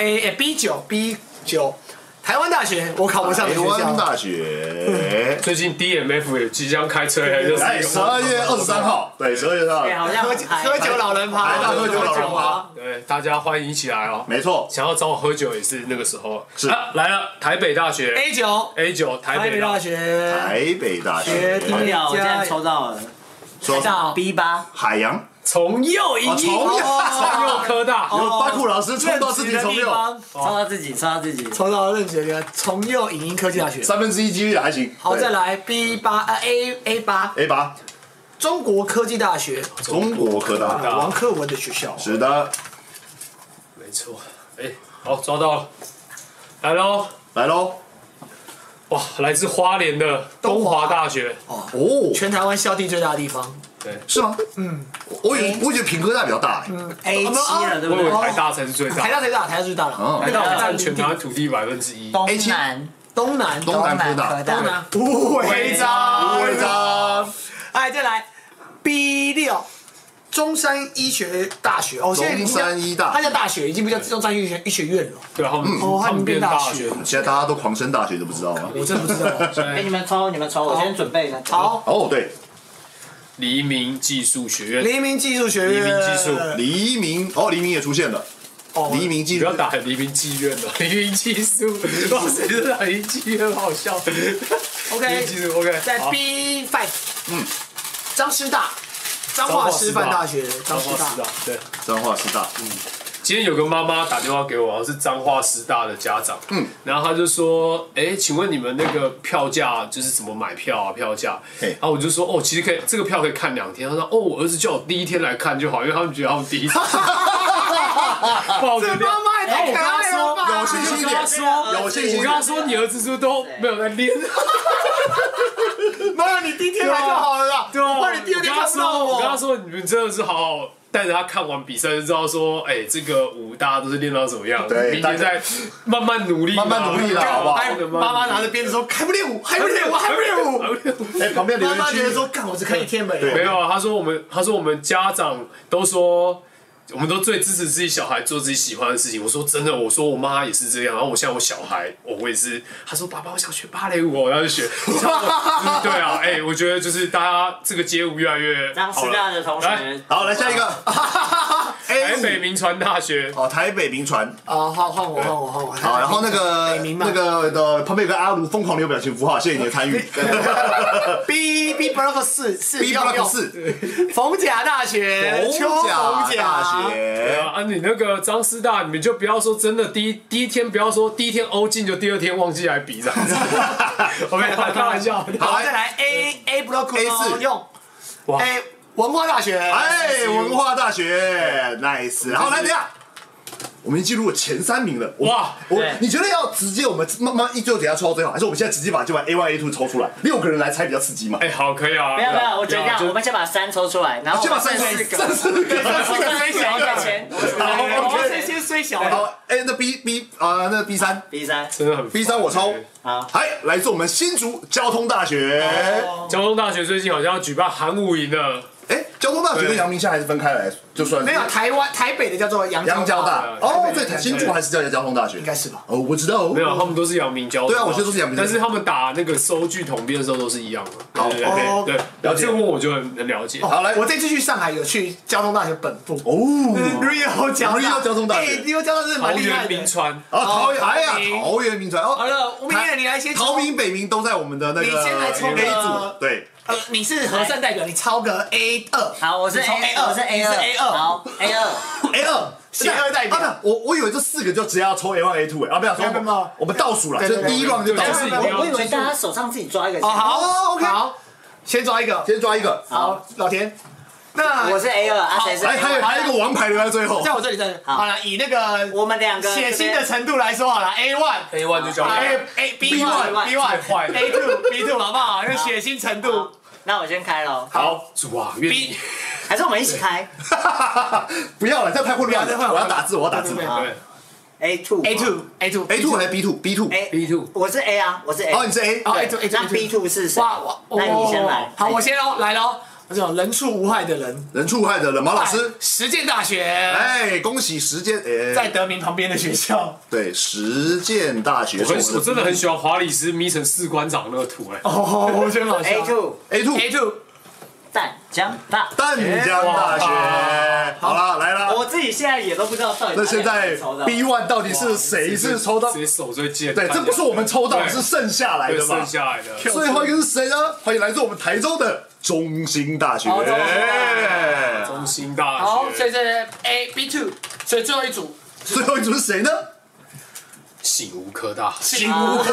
B9，台湾大学，我考不上的台学校。 湾大学， 最近 DMF 也即将开车，就是来一个 12月23号，对，12月23号哎，，好像喝酒老人趴， 喝酒老人趴， 对，大家欢迎一起来哦。 没错， 想要找我喝酒也是那个时候。 是啊来了，台北大学 A9， 台台北大北大学， 学， 台北大学学， 弟好屌，我竟然抽到了说到 B8， 海洋， 从右营从右从右科大， 有巴库老师冲到自己从右， 抽到自己，抽到自己， 抽到任职的地方，从右影音科技大学。 1/3几率还行。 好， 对再来 A8， A8， 中国科技大学， 中国科大， 王克文的学校。 是的， 没错。哎，好抓到了，来喽！ 来喽， 哇，来自花莲的东华大学， 哦， 全台湾校地最大的地方。 对， 是吗？我觉得品科大比较大， A7了，对不对？ 我以为台大才是最大， 台大最大，台大最大了。 嗯台大占全台湾土地1%。 东 A7 南东南， 东南科大科大， 东南，无违章， 无违章。 哎，再来 B6，中山医学大学。哦，现在已经中山医大它叫大学，已经不叫中山医学院了。 对，他们哦他们变大学他们变， 现在大家都狂升大学，都不知道吗？ 我真不知道。 哎，你们抽，我先准备一下。 好， 哦，对， 黎明技术学院。 黎明技术学院， 黎明技术黎明也出现了， 哦黎明技术不要打黎明技院了，黎明技术，哇，谁知道黎明技院很好笑。黎明 ，OK， 技术 OK， 在好 B5，张师大，彰化师范大学，张师大。 对。 彰化师大， 今天有个妈妈打电话给我，好像是彰化师大的家长，然后他就说，哎，请问你们那个票价就是怎么买票啊？票价， 嘿然后我就说，哦，其实可以，这个票可以看2天。他说，哦，我儿子叫我第一天来看就好，因为他们觉得他们第一次。 这妈妈也太可爱了吧！ 有信心一点，有信心一点。 我跟他说，你儿子是不是都没有在练？ 妈，你第一天来就好了啦。 对啊， 我怕你第二天看不到我跟他说，你们真的是好好带着他看完比赛，就知道说，哎，这个舞大家都是练到什么样， 对明天再慢慢努力， 慢慢努力啦好不好哎妈妈拿着鞭子说：“还不练舞，还不练舞，还不练舞。 哎，旁边”留妈妈言区觉得说：“干，我只看一天没对有。 没有啊，他说我们家长都说，我们都最支持自己小孩做自己喜欢的事情。我说真的，我说我妈也是这样，然后我现在我小孩，我也是。他说爸爸，我想学芭蕾舞，我要去学。对啊，哎，我觉得就是大家这个街舞越来越张师好了。 大的同来学， 好，来下一个台北 A5， 民传大学， 哦，台北民传。” 啊，换我。 好，然后那个北明嘛那个的旁边有个阿卢疯狂留表情符号，谢谢你的参与。 B block 4 B block 4， 逢甲大学， 逢甲大学， 对啊，你那个张师大，你们就不要说真的第一天不要说第一天欧进就第二天忘记来比这样子。我没有开玩笑。 好，再来 A block A4 用哇 A 文化大学， 哎，文化大学 ，nice。好，来等一下。我们已经进入了前3名了， 哇！ 你觉得要直接我们慢慢最后等下抽到最好，还是我们现在直接把A1、A2 抽出来，6个人来猜比较刺激嘛？ 哎，好，可以啊。 不要，我觉得这样，我们先把3抽出来，然后先把3 剩4个， 剩4个， 最小的钱。 我先衰小的。 好，哎，那 那 B3 真的很 B3我抽。 好， 来自我们新竹交通大学。 交通大学最近好像要举办韩舞营了。 哎，交通大学跟阳明现在还是分开来，就算没有台北的叫做阳交大。哦，对，新竹还是叫交通大学， 应该是吧？ 哦，我知道。 没有，他们都是阳明交通。 对啊，我觉得都是阳明。 但是他们打那个收据统编的时候都是一样的。 好， 对， 了解。 这个我就很了解。 好，来， 我这次去上海有去交通大学本部。 哦 Rio 交通大学，Rio 交通是蛮厉害的。 桃园名传。 桃园名传。 好了，我明天你来先抽。 桃名、北名都在我们的那个你先来抽 A 组，对。 你是和善代表，你抄个 A2。 好，我是 A2，我是 A2。好 A2， 邪恶代表。 我以为这4个就直接要抽 A1、A2 哎，不要说我们倒数了，就第一 round 就倒数。 我以为大家手上自己抓一个。 好 ，OK， 好，先抓一个。好，老田。那我是 A2，谁是 A1？ 还有一个王牌留在最后， 在我这里。好了，以那个我们2个血腥的程度来说好了 ，A1 就交 B1，B2，好不好？那血腥程度。 那我先开喽。 好，主啊，B， 还是我们一起开？ 不要了，这样太混乱了。我要打字。 A2 还是 B2？B2。 我是 A 啊，我是 A。 哦，你是 A。 那 B2 是谁？那你先来。 好，我先来喽。这种人畜无害的人， 毛老师， 实践大学， 哎，恭喜实践， 在德明旁边的学校， 对，实践大学， 我真的很喜欢华里斯眯成士官长那个图，哎， 哦，我觉得好笑 ，A2，淡江大学，好了，来了， 我自己现在也都不知道到底。 那现在 B1 到底是谁是抽到？ 谁手最贱？ 对，这不是我们抽到，是剩下来的嘛？ 剩下来的。 最后一个是谁呢？欢迎来自我们台州的中兴大学。 中兴大学。 好，所以是 B2，所以最后一组是谁呢？ 醒吾科大。 小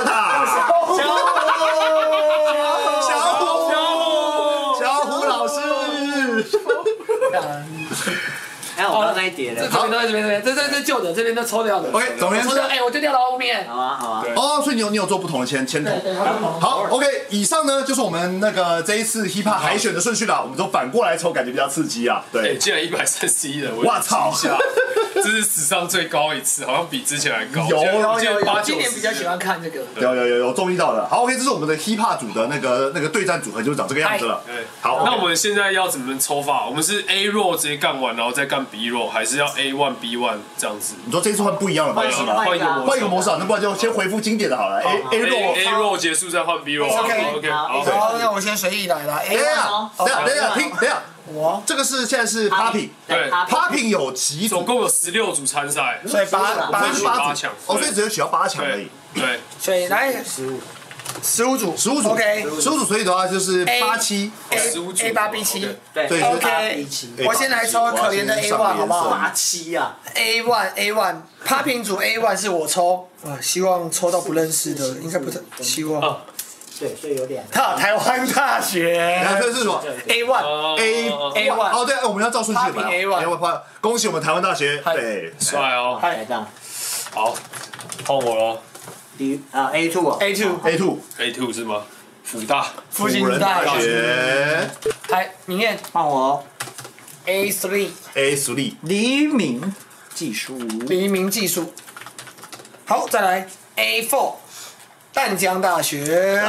胡老师。 哎，我刚才叠的。 这边，这旧的，这边都抽掉的。 OK，总而言之， 我丢掉了后面。 好啊。 哦，所以你有做不同的签头。好 ，OK， 以上呢就是我们那个这一次 hiphop 海选的顺序啦，我们都反过来抽，感觉比较刺激啊。对， 竟然131人， 我操！ 这是史上最高一次，好像比之前还高。 有，今年比较喜欢看这个。 有，注意到了。好 ，OK， 这是我们的 hiphop 组的那个对战组合，就是长这个样子了。好， 那我们现在要怎么抽法？我们是 A roll 直接干完，然后再干 B roll， 还是要 A1 B1 这样子？ 你说这次换不一样的方式吗？换一个模式啊，那不然就先回复经典的好了。A roll 结束再换 B roll。OK， 好，那我先随意来了。 等一下，这个是现在是 Popping， 对 ，Popping 有几组？ 总共有16组参赛， 所以8 强，所以只有取到8强而已。 对， 所以来15组，OK， 15组，所以的话就是87， 15组 A8B7， 对 ，OK， 我先来抽可怜的 A1 好不好 ？87啊 ，A1 Popping 组 A1 是我抽，希望抽到不认识的，应该不是希望。 对，所以有点。 台湾大学。 这是什么 ？A1。 哦，对，我们要照顺序来。A1。 恭喜我们台湾大学，对， 帅哦。 来这样。 好，换我喽。 A2 是吗？辅大。 复兴大学。 来，明艳换我。 A3。 黎明技术。 好，再来 A4。淡江大学。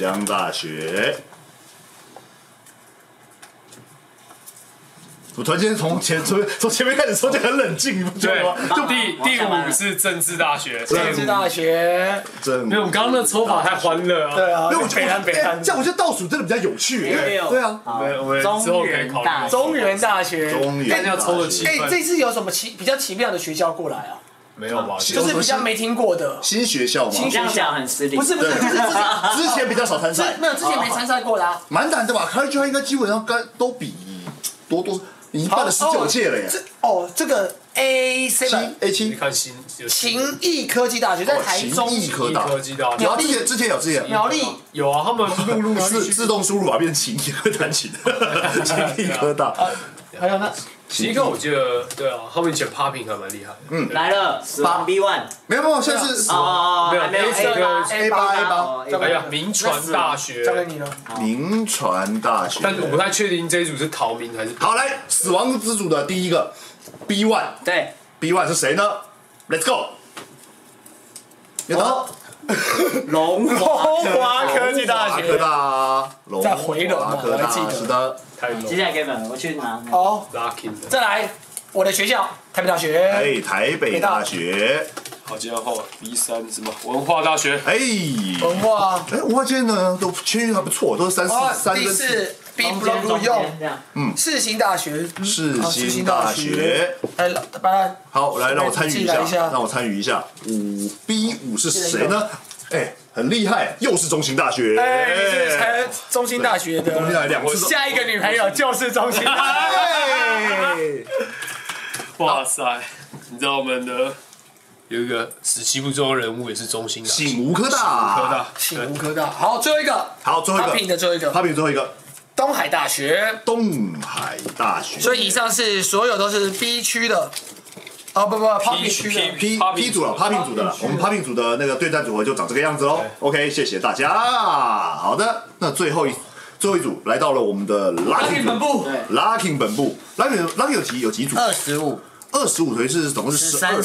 我突然间从前面开始说就很冷静，你不觉得吗？ 就第5是政治大学。 没有，我们刚刚的抽法太欢乐啊。 对啊， 因为我觉得这样我觉得倒数真的比较有趣。对啊， 我们之后可以考虑。 中原大学。 看一下抽的气氛。 这次有什么比较奇妙的学校过来啊？ 没有吧？ 就是比较没听过的新学校嘛。 新学校很失礼。 不是， 之前比较少参赛。 没有，之前没参赛过的啊。 蛮难的吧？College 应该基本上都比多，已经办了19届了耶。 这个 A7 A 你 7 看新有勤益科技大学在台中， 勤益科大科技大学苗栗之前有苗栗有啊，他们陆续自动输入啊，变勤益科弹琴，勤益科大。 还有那奇克我记得对啊，他们以前 popping 还蛮厉害的。 来了，死亡 B1 没有，现在是没有还没有 A8 哎呀，民传大学， 交给你了。 民传大学。 但是我不太确定这一组是逃民还是好，来死亡之组的第一个 B1， 对 B1 是谁呢 ？Let's go。 龙华科技大学科大， 在回龙嘛科大我还记得是的。 太 low 接下来给你们，我去拿。 好， locking 的。 再来我的学校台北大学。 哎，台北大学。 好，接下来 B3什么文化大学？ 哎， 文化。 哎，文化界呢都签约还不错，都是3 第四 B 中 block 录间用这样， 世新大学。 世新大学。 来，把它好，来让我参与一来一下下，让我参与一下。5B5是谁呢？哎，很厉害，又是中兴大学。 哎，你是才中兴大学的， 中兴大学2次都。 下一个女朋友就是中兴大学。 哎， 哇塞！你知道我们的有一个17部重要人物也是中兴的， 醒吾科科大。 大， 醒吾科大。好，最后一个， 好，最后一个 Popping 的最后一个， ，Popping 最后一个， 东海大学。 东海大学。 所以以上是所有都是 B 区的，哦不 ，Popping 区的。 P 组了 ，Popping 组的了，我们 Popping 组的那个对战组合就长这个样子喽。OK， 谢谢大家。好的，那最后一组来到了我们的 Lucky 本部。 Lucky 本部，Lucky 有几组？25，所以是总共是 13、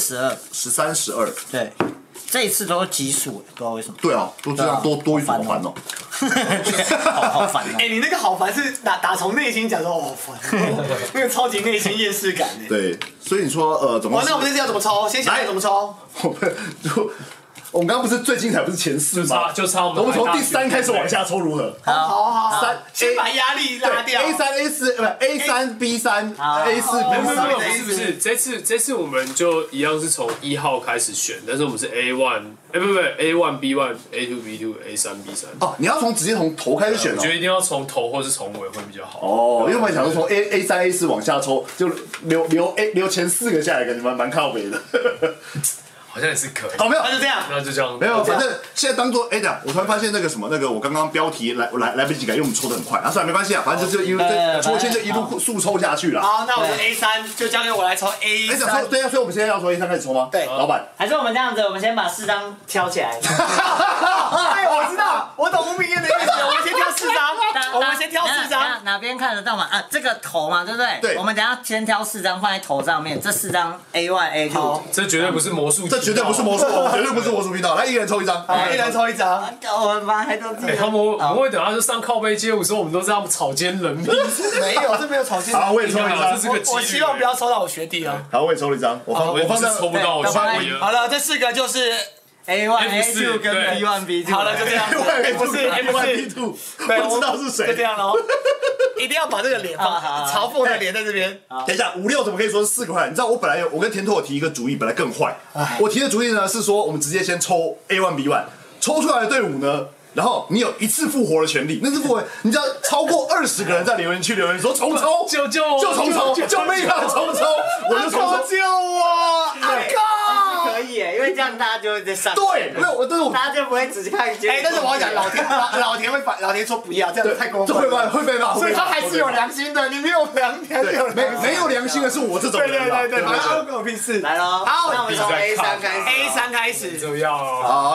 13、12。 对，这一次都是奇数，不知道为什么。 对啊，都这样多一组，好烦哦。 好烦哦。 哎，你那个好烦是打从内心讲说好烦，那个超级内心厌世感呢。 对，所以你说总共哇，那我们这次要怎么抽？先想怎么抽。 我们刚刚不是最精彩不是前4吗？ 就差我们。 我们从第3开始往下抽如何？ 好， 3 先把压力拉掉。 A3 A3 B3 A4 不是，这次我们就一样是从1号开始选，但是我们是 A1，不 A1 B1 A2 B2 A3 B3。 哦，你要直接从头开始选哦我觉。得一定要从头或是从尾会比较好。 哦，因为我想说从 A3 A4 往下抽，就留前4个下来，感觉蛮靠北的。 好像也是可以。 好，没有， 那就这样。 那就这样。 没有，反正现在当做这样，我突然发现那个我刚刚标题来不及改，因为我们抽的很快，算了没关系啊，反正就一路抽签就一路速抽下去了。 好，那我们 A3就交给我来抽 A3。 对啊，所以我们现在要从 A3 开始抽吗？ 对老板。 还是我们这样子，我们先把4张挑起来。 哎，我知道，我懂吴明燕的意思，我们先挑4张，我们先挑4张。 哪边看得到嘛？啊，这个头嘛，对不对？ 对。 我们等下先挑4张放在头上面，这4张 A1 A2。 这绝对不是魔术， 这绝对不是魔术，绝对不是魔术频道。来，一人抽一张。 好，一人抽一张。 我们把还都自己。 他们不会等下就上靠背街舞说我们都是他们草菅人命。 没有，这没有吵架。 好，我也抽一张。 这是个几率。 我希望不要抽到我学弟啊。 好，我也抽了一张。我放在抽不到我学弟。 好了，这4个就是 A1 A2 跟 B1 B2。 好了，就这样。不是 B2，不知道是谁。 就这样喽。一定要把这个脸放，嘲讽的脸在这边。 等一下，5、6怎么可以说是4个坏？你知道我跟田拓有提一个主意，本来更坏。我提的主意呢是说，我们直接先抽 A1 B1，抽出来的队伍呢，然后你有一次复活的权利。那次复活，你知道超过20个人在留言区留言说重抽， 就重抽，就没法重抽，我就重抽。 救我！阿靠！可以耶，因为这样大家就会在上。 对，没有，但是大家就不会只看。 哎，但是我要讲，老田会反，老田说不要，这样太过分， 会被骂， 所以他还是有良心的，你没有良心， 没有良心的是我这种人。 对，反正跟我屁事。 来喽，好，那我们从 A3 开始。 A3 开始。 就要好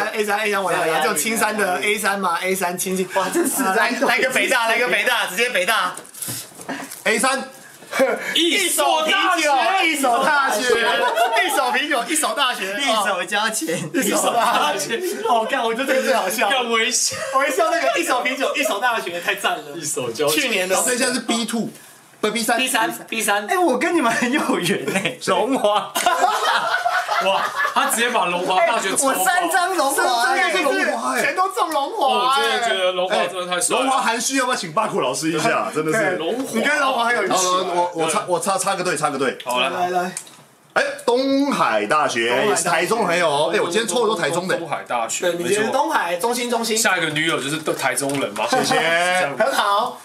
A3 我来，这种青山的 A3 嘛 ，A3 青青。哇，这4张，来个北大，直接北大。 A3。 一手啤酒，一手大学，一手啤酒，一手大学， 一手交钱， 一手大学。哦，看，我觉得这个最好笑。 更危险， 我一笑那个一手啤酒，一手大学，太赞了。 一手交钱。 去年的。 所以现在是 B2，不 B3。 哎，我跟你们很有缘哎，龙华。 哇，他直接把龙华大学抽我3张龙华， 真的是龙华， 全都中龙华。 我真的觉得龙华真的太帅。 龙华含蓄要不要请巴库老师一下？真的是龙华， 你跟龙华很有缘。 我插个队。 好来。 哎，东海大学也是台中朋友哦。哎，我今天抽的都台中的。 东海大学。 对，你觉得东海中心？ 下一个女友就是台中人吗？ 谢谢。 很好。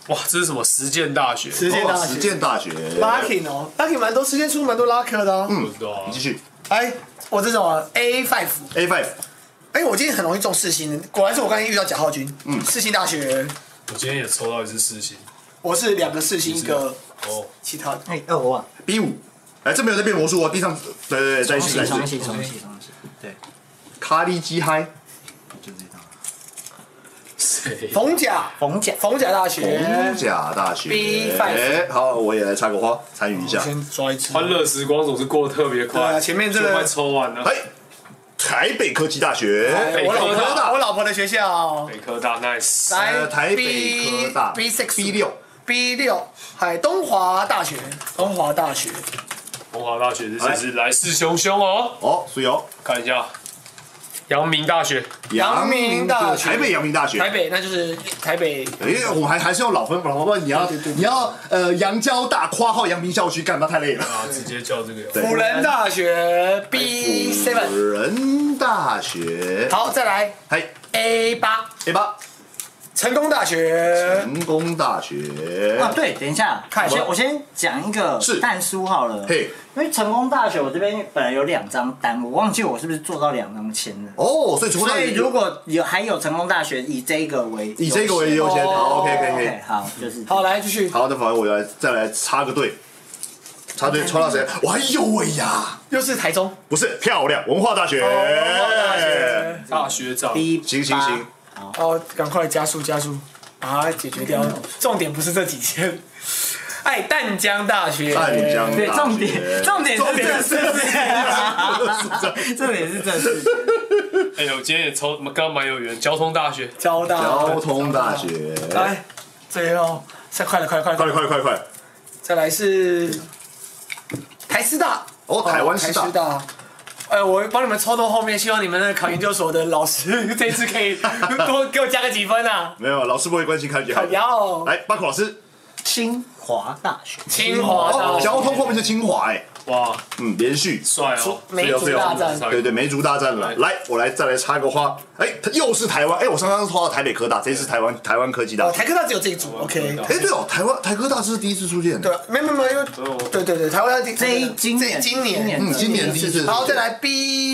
哇，这是什么实践大学？ 实践大学实践大学 ，Locking 哦，Locking 蛮多，时间出蛮多 Locker 的哦。 不知道啊你继续哎，我这种 A5， A5， 哎，我今天很容易中世新，果然是我刚才遇到贾浩君。世新大学， 我今天也抽到一次世新。 我是2个世新，一个哦， 其他的。 哎，25啊， B5，哎，这没有在变魔术哦，地上对，再一次， 重启，对， 卡利基嗨， 就这张。 谁？ 逢甲大学， 逢甲大学 B5 哎，好，我也来插个花，参与一下。 先抓一支。 欢乐时光总是过得特别快。 对啊前面这个就快抽完了。 哎，台北科技大学， 北科大我老婆的学校。 北科大 nice。 来台北科大 B6 B6， B6，还东华大学， 东华大学这是来势汹汹哦。 哦，所以哦， 看一下，阳明大学。 阳明大学台北阳明大学， 台北那就是台北。 哎，我们还是用老分法，不然你要阳交大括号阳明校区，干嘛太累了。 啊，直接叫这个。 对辅仁大学 B7， 辅仁大学， 好，再来嗨 A8， A8， 成功大学。 成功大学， 啊，对，等一下， 看我先讲一个是蛋书好了。 嘿， 因为成功大学我这边本来有2张单，我忘记我是不是做到2张签了。 哦，所以成功大学所以如果还有成功大学，以这个为优先，好，OK，可以， OK，好，就是好，来继续。 好，那反正我再来插个队，插队抽到谁？哎呦喂呀， 又是台中。 不是漂亮文化大学， 文化大学大学长。 B 行， 哦，赶快加速，把它解决掉。重点不是这几件。哎，淡江大学。 对，重点是重点是这事情，重点是这事情。 哎呦，今天也抽，刚刚蛮有缘。交通大学。 交通大学， 来，最后，快了， 快， 再来是台师大。 哦，台湾师大， 台师大。我帮你们抽到后面，希望你们的考研究所的老师这次可以多给我加个几分啊！ 没有，老师不会关心看好要来，巴库老师， 清华大学， 清华大学， 交通后面是清华，哎， 哇， 连续， 帅哦！ 梅竹大战。 对，梅竹大战了。来，我再来插个花，哎，又是台湾，哎，我刚刚抽到台北科大，这次台湾科技大。 台科大只有这一组 ，OK。 哎，对哦，台科大是第一次出现。 对，没有，因为对，台湾今年今年第一次。 好，再来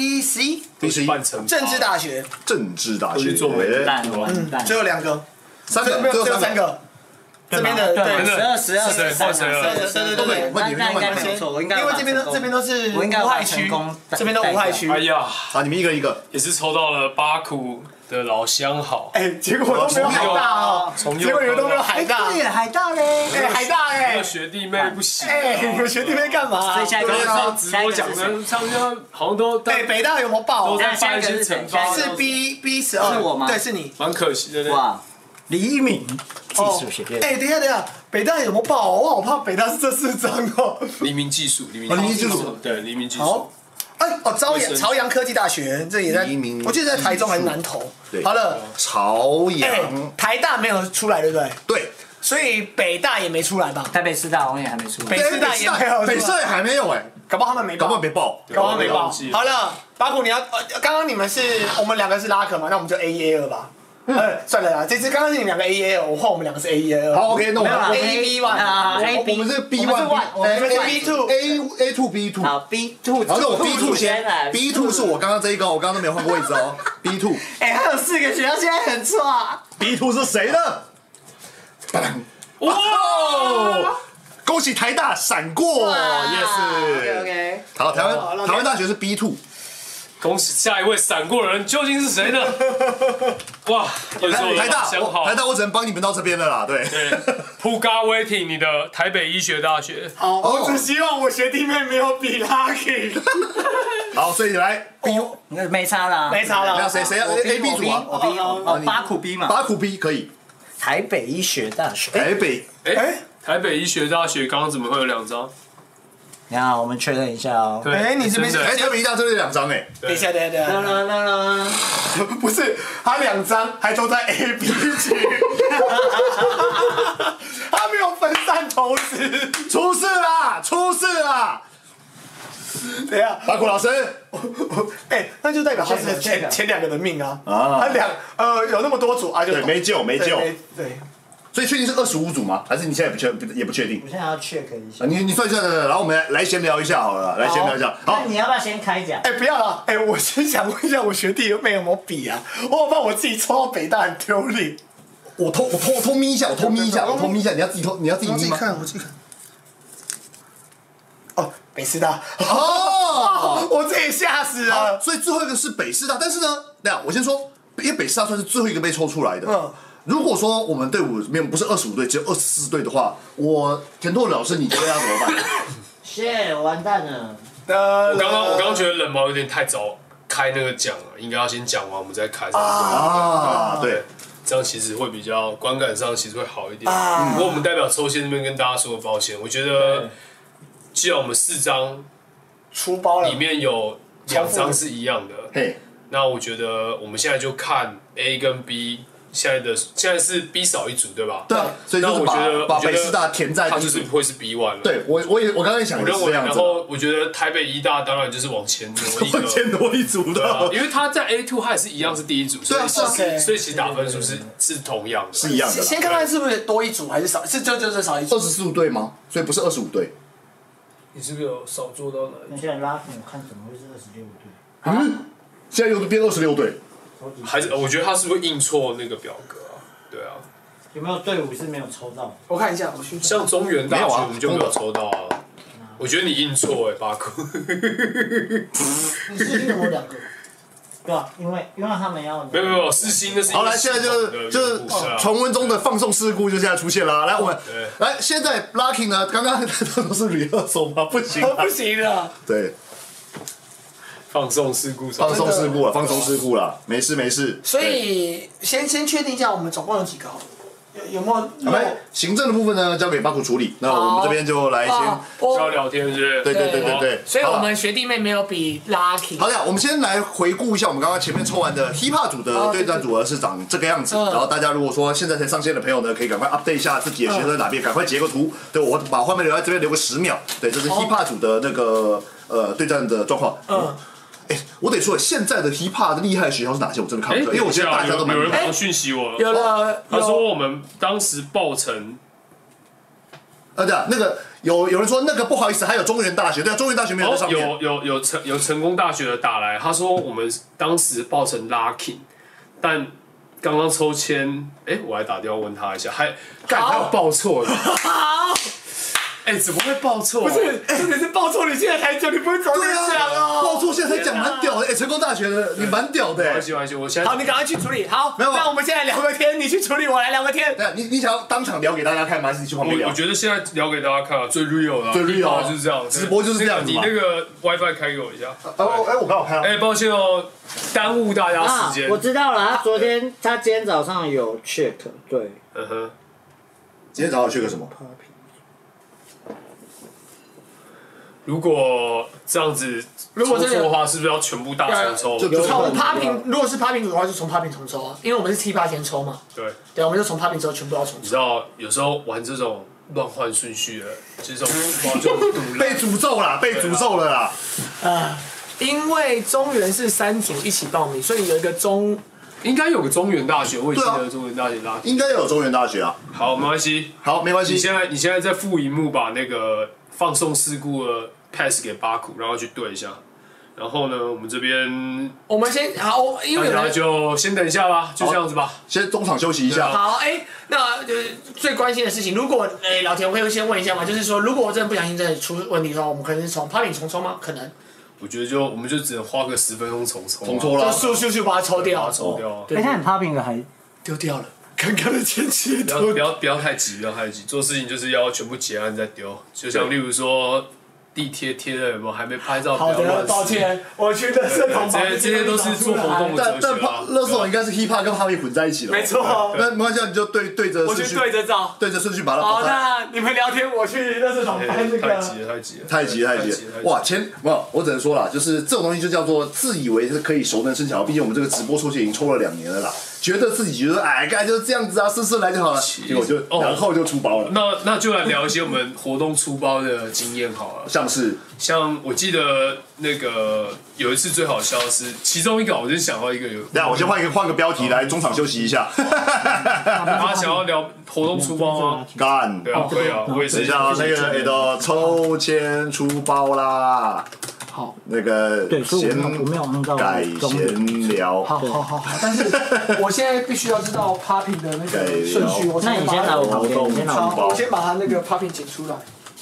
BC， 政治大学， 去做美烂， 最后2个 ，3个， 最后3个。这边的对 12 换谁了？ 对， 那应该没有错，我应该因为这边都是无害区，这边都无害区。 哎呀， 啊，你们一个一个， 也是抽到了巴库的老相好。 哎，结果都没有海大哦，结果你们都没有海大。 对，海大嘞， 哎，海大哎， 那个学弟妹不行。 哎，你们学弟妹干嘛？ 所以下一个上直播讲的，他们好像都哎，北大有没有报？ 都在办一些惩罚。 是 B12， 是我吗？ 对，是你。 蛮可惜的。 哇，黎明技术学院。 哎，等一下，北大有没有报？我好怕北大是这4张哦。 黎明技术，对，黎明技术。 好，朝阳科技大学，这也在，我记得在台中还是南投。好了， 朝阳， 台大没有出来，对不对？ 对， 所以北大也没出来吧？ 台北师大好像也还没出来。 北师大也没有， 北师还没有哎， 搞不好他们没报， 搞不好没报。 好了，巴库你要，刚刚你们是我们2个是拉克嘛？那我们就 A1A2吧。算了啦，这次刚刚是你们2个 A1A2，我换我们2个是 A1A2。 好 ，OK，那我们 A1B1， 我们是 B1， 我们是 A2B2。 好 B2， 好，那我 B2 先 ，B2 是我刚刚这一个，我刚刚都没有换过位置哦。B2， 哎，还有4个学校现在很错啊。 B2 是谁呢？哇！恭喜台大闪过 ，yes。 OK。 好，台湾大学是 B2。 恭喜下一位闪过的人究竟是谁呢？哇！ 台大，我只能帮你们到这边了啦。对。 Puga Waiting， 你的台北医学大学。 好，我只希望我学弟妹没有比 Lucky。 好，所以来 B， 没差了。 那谁要 A B 组啊？ 我 B， 哦，巴库 B 嘛。 巴库 B 可以。 台北医学大学。 台北医学大学刚刚怎么会有2张？ 你看，我们确认一下哦。 哎，你这边台北医大这边2张哎。 等一下，不是，他2张还都在 A B 区，他没有分散投资， 出事啦！ 等一下， 巴库老师， 哎，那就代表他是前2个的命啊。他有那么多组啊，就对没救。 对， 所以确定是25组吗？还是你现在也不确定我？现在要 check 一下。 你算一下，然后我们来闲聊一下好了，来闲聊一下。好那，你要不要先开奖？ 不要了，我先想问一下我学弟有没有笔啊？我怕我自己抽到北大很丢脸。 我偷眯一下，我偷眯一下，你要自己眯吗？ 我自己看。哦，北师大。 哦， 我自己吓死了。 所以最后一个是北师大，但是呢，我先说，因为北师大算是最后一个被抽出来的。如果说我们队伍里面不是25队，只有24队的话，我田拓老师，你觉得要怎么办？ 完蛋了。 我刚刚觉得冷毛有点太早开那个奖了，应该要先讲完我们再开。 对。 这样其实会比较观感上其实会好一点。不过我们代表抽签这边跟大家说个抱歉，我觉得既然我们4张出包了， 里面有2张是一样的，那我觉得我们现在就看 A 跟 B。现在是 B 少一组对吧？ 对啊，所以就是把北师大填在， 它就是会是 B1 了。 对，我刚才想的是这样子。 然后我觉得台北医大当然就是往前挪一组的， 因为他在 A2 它也是一样是第一组，所以其实打分数是同样的， 是一样的。 先看看是不是多一组还是少，就是少一组。 24队吗？所以不是25队。 你是不是有少做到哪里？ 那现在拉我看怎么会是26队？ 现在又变26队。 还是我觉得他是不是印错那个表格啊？对啊， 有没有队伍是没有抽到？ 我看一下， 像中原大学我们就没有抽到啊。我觉得你印错巴库。 你是印我2个。对啊，因为他们要没有世新的是。 好，来，现在就是重温中的放送事故就现在出现了。来，我们来，现在 Lucky 呢？刚刚都是rehearsal吗？不行， 不行的。 对。 放送事故了，没事。 所以先确定一下，我们总共有几个？有没有？ 行政的部分呢，交给巴库处理。那我们这边就来先要聊天，是不是？ 对。 所以我们学弟妹没有比 Lucky。 好的，我们先来回顾一下我们刚刚前面抽完的 HIPHOP 组的对战组合是长这个样子。然后大家如果说现在才上线的朋友呢，可以赶快 update 一下自己的学生在哪边，赶快截个图。对，我把画面留在这边，留个10秒。对，这是 HIPHOP 组的那个对战的状况。我得说，现在的 HIPHOP 的厉害的学校是哪些？我真的看不出来，因为我觉得大家都蛮有人马上讯息我了， 有了， 他说我们当时报成， 对，那个有人说那个不好意思，还有中原大学，对啊，中原大学没有在上面。 有成功大学的打来，他说我们当时报成 Lucky， 但刚刚抽签，我还打电话问他一下，还有报错了。怎么会报错？ 不是，重点是报错，你现在才讲，你不会早点讲哦。 报错现在才讲，蛮屌的。成功大学的你蛮屌的。 没关系，我现在好，你赶快去处理。好， 没有， 那我们现在聊个天，你去处理，我来聊个天。 你想要当场聊给大家看吗？还是你去旁边聊？ 我觉得现在聊给大家看啊，最 real 的， 最 real 就是这样， 直播就是这样子。 你那个 WiFi 开给我一下。 我刚好开了。 抱歉哦，耽误大家时间。 我知道了，他今天早上有 check， 对。 今天早上 check 什么？ 如果这样子抽错的话，是不是要全部大重抽？ 从Popping，如果是Popping组的话，就从Popping重抽啊，因为我们是T8先抽嘛。对，我们就从Popping之后全部要重抽。 你知道，有时候玩这种乱换顺序的，这种就被诅咒了啦。 因为中原是3组一起报名，所以有一个应该有个中原大学，我也记得中原大学拉， 应该有中原大学啊。 好，没关系。 好，没关系。 你现在在副荧幕把那个放送事故的 pass 给巴库，然后去对一下。然后呢，我们这边我们先好，因为大家就先等一下吧，就这样子吧， 先中场休息一下。 好，那就是最关心的事情，如果老田，我可以先问一下嘛，就是说，如果我真的不小心真的出问题的话，我们可能是从 Popping 重抽吗？可能。 我觉得我们就只能花个10分钟重抽了， 就咻把它抽掉， 对，他很 Popping 的还丢掉了。刚刚的前期不要太急，做事情就是要全部结案再丢。就像例如说地贴贴的有没有还没拍照？ 好的，抱歉，我去的社团这些都是做活动的哲学啊。 乐手应该是 HIPHOP 跟 Popping 混在一起了。 没错。 那没关系，你就对着我去对着照， 对着顺序把它。 好，那你们聊天，我去乐社团拍那个。 太急了！哇，我只能说啦，就是这种东西就叫做自以为是可以熟能生巧，毕竟我们这个直播抽签已经抽了2年了啦。 觉得自己觉得哎，该就是这样子啊，试试来就好了，结果就然后就出包了。 那就来聊一些我们活动出包的经验好了。像我记得那个有一次最好笑的是，其中一个我就想到一个有， 等下我先换个标题来中场休息一下。 他想要聊活动出包吗？ 干， 对啊，可以啊，我也是。 等一下那个抽签出包啦。 好， 那个对，所以我没有按照闲聊。 好，但是我现在必须要知道 Popping 的那个顺序。 那你先拿我旁边，你先拿我包。我先把它那个 Popping 剪出来。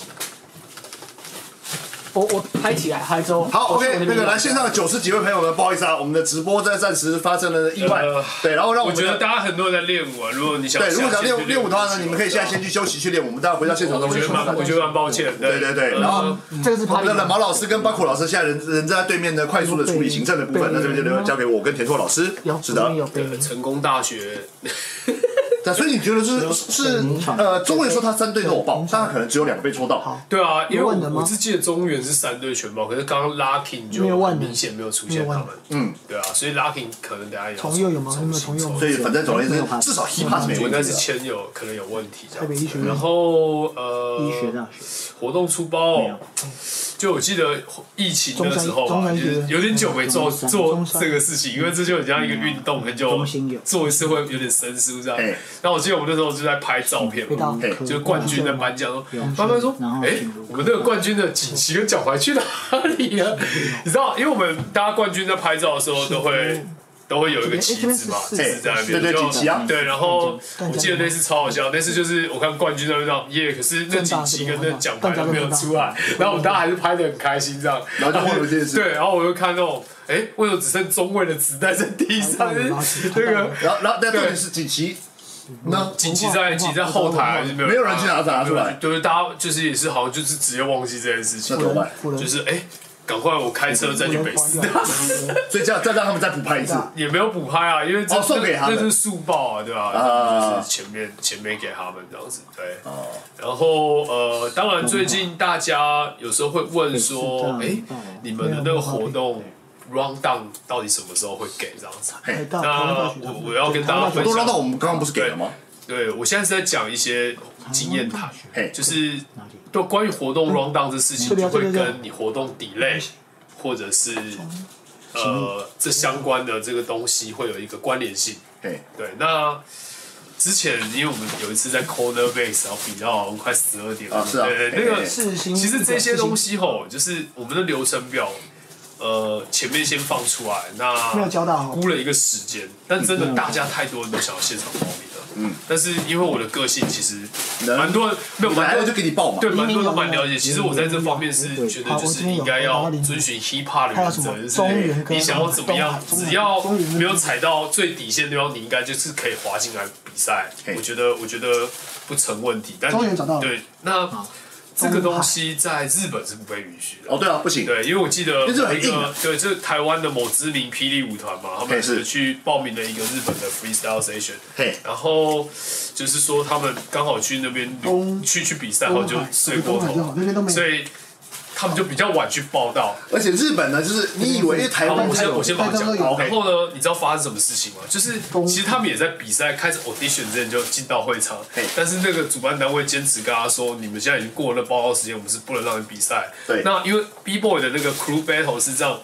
我拍起来，拍之后。 好 ，OK， 那个来线上的90几位朋友们，不好意思啊，我们的直播在暂时发生了意外，对，然后让我觉得大家很多人在练舞啊，如果你想对，如果想练舞的话呢，你们可以现在先去休息去练，我们待会回到现场。 我觉得蛮抱歉， 对，然后这个是我们的冷毛老师跟巴库老师现在人在对面的快速的处理行政的部分，那这边就交给我跟田拓老师。是的， 成功大学。 所以你觉得是中原说他3队都有报，但他可能只有2被抽到。 对啊，因为我是记得中原是3队全报，可是刚刚 Lucky 就明显没有出现他们。对啊，所以 Lucky 可能等下也要重佑有吗？有没有重佑？ 所以反正总而言之，至少 hiphop 是没问题的。 应该是签有可能有问题这样。 台北医学院。 然后医学大学活动出包，就我记得疫情的时候啊，就是有点久没做这个事情，因为这就很像一个运动，很久做一次会有点生疏这样。然后我记得我们那时候就在拍照片嘛，就是冠军的颁奖，慢慢说，我们那个冠军的锦旗跟脚踝去哪里了？你知道，因为我们大家冠军在拍照的时候都会有一个旗子嘛，旗子在那边， 对，锦旗啊， 对。然后我记得那次超好笑，那次就是我看冠军在那边耶，可是那锦旗跟那奖牌都没有出来，然后我们大家还是拍得很开心这样， 然后就忘了这件事。 对，然后我就看那种，为什么只剩中卫的纸袋在地上？那个， 然后但重点是锦旗。 那锦旗在后台， 没有人去拿出来， 就是大家就是也是好像就是直接忘记这件事情， 那怎么办？ 就是赶快我开车再去北师大， 所以再让他们再补拍一次， 也没有补拍啊，因为送给他们， 那就是速报啊，对吧？就是前面给他们这样子，对。然后当然最近大家有时候会问说，你们的那个活动 round down 到底什么时候会给这样子？那我要跟大家分享， round down 我们刚刚不是给了吗？ 对，我现在是在讲一些经验谈，就是就关于活动 round down 这事情，就会跟你活动 delay 或者是这相关的这个东西会有一个关联性。对，那之前因为我们有一次在 corner base， 然后比到好像快12点了，对，那个其实这些东西就是我们的流程表。前面先放出来，那没有交到， 估了一个时间，但真的大家太多人都想要现场报名了，但是因为我的个性其实蛮多人没有蛮多就给你报嘛， 对，蛮多人都蛮了解。其实我在这方面是觉得就是应该要遵循 hiphop 的原则，就是你想要怎么样，只要没有踩到最底线的地方，你应该就是可以滑进来比赛。我觉得不成问题，但对那。这个东西在日本是不被允许的。 对啊，不行。 对，因为我记得对，这台湾的某知名霹雳舞团嘛，他们是去报名了一个日本的 freestyle session，然后就是说他们刚好去那边去比赛后就睡过头，所以他们就比较晚去报道。 而且日本呢，就是你以为台湾我先把它讲。然后呢，你知道发生什么事情吗？就是其实他们也在比赛开始 audition 之前就进到会场，但是那个主办单位坚持跟他说，你们现在已经过了那报告时间，我们是不能让你比赛。对。那因为 B boy 的那个 crew battle 是这样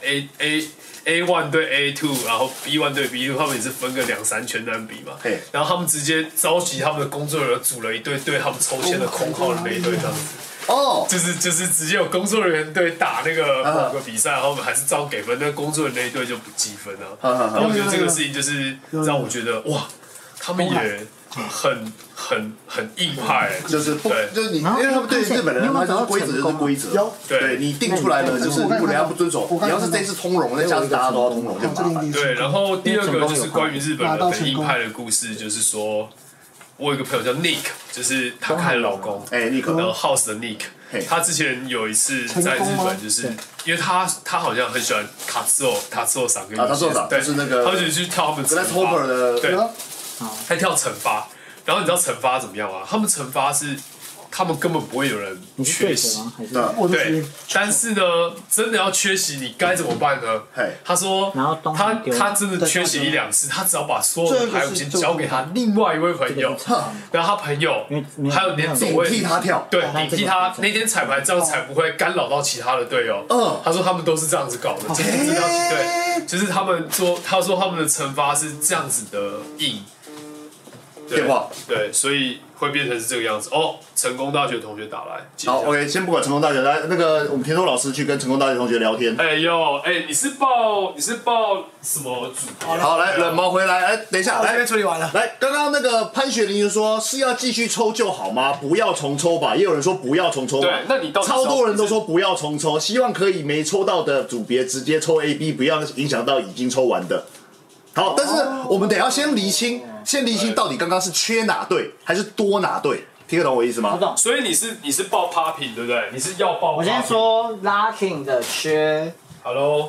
A1 对 A2， 然后 B1 对 B2， 他们也是分个2-3圈在比嘛。然后他们直接召集他们的工作人员组了一队对他们抽签的空号的那一队这样子。就是直接有工作人员队打那个某个比赛，然后我们还是照给分，那工作人员那一队就不计分啊。然后我觉得这个事情就是让我觉得哇，他们也很硬派， 就是你，因为他们对日本人，他就是规则就是规则，对你定出来了，就是如果人家不遵守，你要是这次通融，那下次大家都要通融就麻烦。 对，然后第二个就是关于日本人很硬派的故事，就是说。我有一个朋友叫 Nick， 就是他开的老公 ，Nick， 然后 House 的 Nick， 他之前有一次在日本，就是因为他好像很喜欢塔兹奥赏跟对，就是那个， 他就去跳他们惩罚的，对，他跳惩罚，然后你知道惩罚怎么样吗？他们惩罚是他们根本不会有人你是缺席对手吗？。还是对对，但是呢，真的要缺席，你该怎么办呢嘿？ 他说然后东西丢他真的缺席1、2次，他只要把所有的牌五先交给他另外一位朋友，然后他朋友还有连走位替他跳， 对，你替他那天彩排，这样才不会干扰到其他的队友。他说他们都是这样子搞的，真的要对，就是他们说，他说他们的惩罚是这样子的硬。 电话对，所以会变成是这个样子哦。成功大学同学打来， 好 OK， 先不管成功大学，来那个我们田中老师去跟成功大学同学聊天。 哎呦，哎，你是报什么组？ 好，来冷毛回来，来等一下，来我这边处理完了。 来，刚刚那个潘雪玲说是要继续抽就好吗？不要重抽吧，也有人说不要重抽嘛。 对，那你到底超多人都说不要重抽，希望可以没抽到的组别直接抽 A、B， 不要影响到已经抽完的。好，但是我们得要先厘清到底刚刚是缺哪队还是多哪队，听得懂我意思吗？ 不懂。 所以你是报 popping 对不对？你是要报 popping。 我先说 locking 的缺， ，Hello。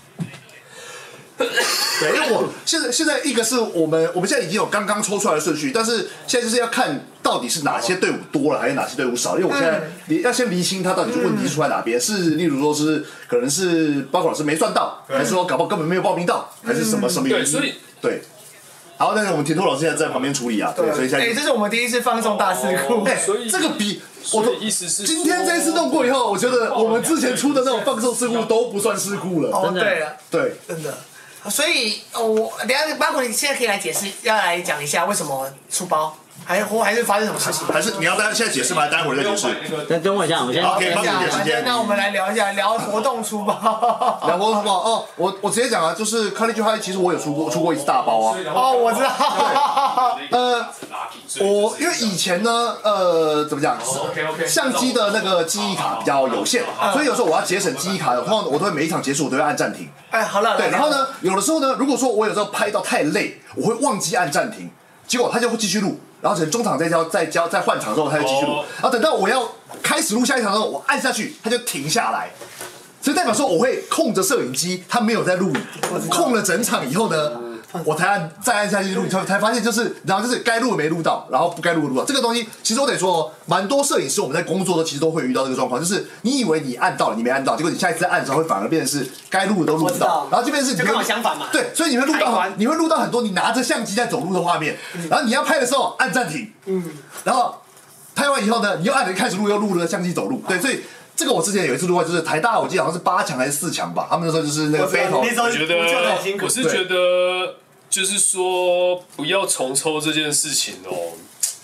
对，因为我现在一个是我们现在已经有刚刚抽出来的顺序，但是现在就是要看到底是哪些队伍多了，还是哪些队伍少。因为我现在要先厘清它到底是问题出在哪边，是例如说是可能是包括老师没算到，还是说搞不好根本没有报名到，还是什么原因？ 对，所以对。好，但是我们田拓老师现在在旁边处理啊，对，所以现在这是我们第一次放送大事故。 所以这个比我所以意思是今天这次弄过以后，我觉得我们之前出的那种放送事故都不算事故了。 哦，对了， 对， 真的。所以，我等一下包括你现在可以来解释，要来讲一下为什么出包，还是发生什么事情？ 还是你要现在解释吗？待会儿再解释。 等我一下，我先。 好，可以帮你反点时间。 正那我们来聊一下，聊活动出包。 聊活动出包哦，我直接讲啊，就是 College High 其实我有出过一次大包啊。 哦，我知道。 我因为以前呢，怎么讲，相机的那个记忆卡比较有限，所以有时候我要节省记忆卡的话，我都会每一场结束我都会按暂停。 哎，好了。 对，然后呢，有的时候呢，如果说我有时候拍到太累，我会忘记按暂停，结果他就会继续录，然后等中场再换场之后他就继续录，然后等到我要开始录下一场的时候，我按下去他就停下来，所以代表说我会控着摄影机，他没有在录，控了整场以后呢，我再按下去录，才发现然后就是该录的没录到，然后不该录的录到。这个东西其实我得说，蛮多摄影师我们在工作的其实都会遇到这个状况，就是你以为你按到了，你没按到，结果你下一次按的时候会反而变成是该录的都录不到，然后这边是就刚好相反嘛。 对，所以你会录到很多你拿着相机在走路的画面，然后你要拍的时候按暂停，然后拍完以后呢，你又按着开始录，又录了相机走路，对，所以。这个我之前有一次录过，就是台大，我记得好像是8强还是4强吧，他们那时候就是那个 battle。 我是觉得，就是说不要重抽这件事情哦。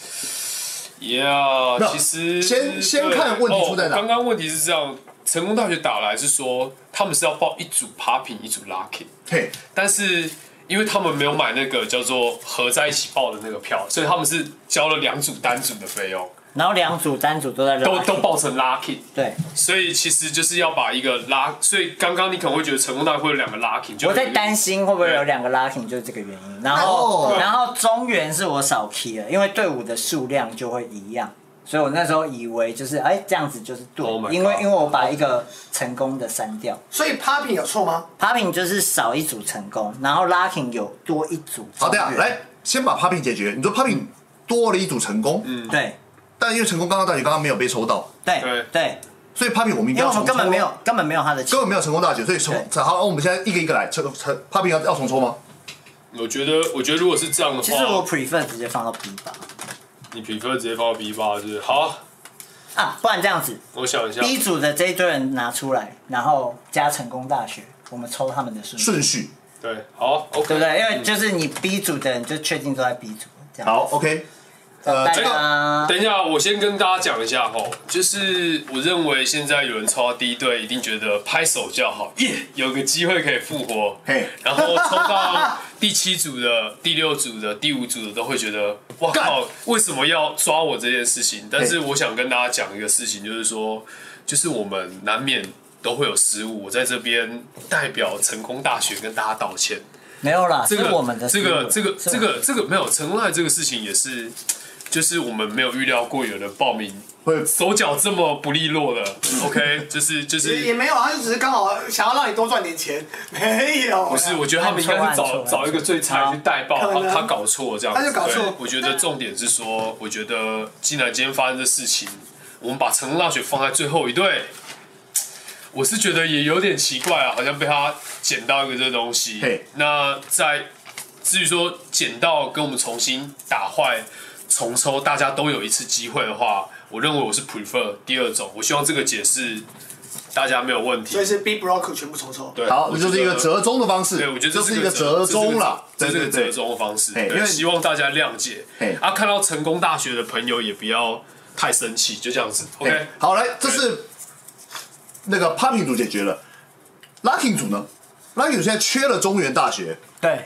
其实先看问题出在哪。 刚刚问题是这样，成功大学打来是说他们是要报一组 popping 一组 locking， 但是因为他们没有买那个叫做合在一起报的那个票，所以他们是交了2组单组的费用。 然后2组单组都在都报成 locking， 对， 所以其实就是要把一个所以刚刚你可能会觉得成功大会有2个 locking， 我在担心会不会有2个 locking， 就是这个原因。然后中原是我少 key 了，因为队伍的数量就会一样，所以我那时候以为就是这样子就是对，因为我把一个成功的删掉。 所以 popping 有错吗 ？popping 就是少一组成功，然后 locking 有多一组。 好的，来先把 popping 解决。你说 popping 多了一组成功， 对。 但因为成功大学刚刚没有被抽到， 对， 所以 popping 我们应该要重抽。 根本没有他的， 根本没有成功大学，所以好，我们现在一个一个来，popping 要重抽吗？ 我觉得如果是这样的话， 其实我 prefer 直接放到 B8。 你 prefer 直接放到 B8 是好啊，不然这样子， 我想一下 ，B 组的这一堆人拿出来，然后加成功大学，我们抽他们的顺序。 对，好 ，OK， 对不对？因为就是你 B 组的人就确定都在 B 组，这样。 好 ，OK。 等一下，我先跟大家讲一下吼，就是我认为现在有人抽到第1队，一定觉得拍手叫好，有个机会可以复活。然后抽到第7组的、第6组的、第5组的，都会觉得哇靠，为什么要抓我这件事情？但是我想跟大家讲一个事情，就是说，就是我们难免都会有失误。我在这边代表成功大学跟大家道歉。 没有啦， 这个是我们的这个没有成功大学这个事情也是。就是我们没有预料过有人报名会手脚这么不利落的 ，OK， 就是也没有，他就只是刚好想要让你多赚点钱，没有。 不是，我觉得他们应该是找一个最差去代报，他搞错这样子， 他就搞错。 我觉得重点是说，我觉得既然今天发生这事情， 我们把成功大学放在最后一队，我是觉得也有点奇怪啊，好像被他捡到一个这个东西。那至于说捡到跟我们重新打坏重抽，大家都有一次机会的话，我认为我是 prefer 第二种。我希望这个解释大家没有问题。 所以是 B block 全部重抽。 对， 好，这就是一个折中的方式。 对，我觉得这是一个折中了， 这是一个折中的方式。对，希望大家谅解。看到成功大学的朋友也不要太生气，就这样子。OK， 好，来，这是那个 Popping 组解决了 ，Lucky 组呢 ？Lucky 组现在缺了中原大学， 对，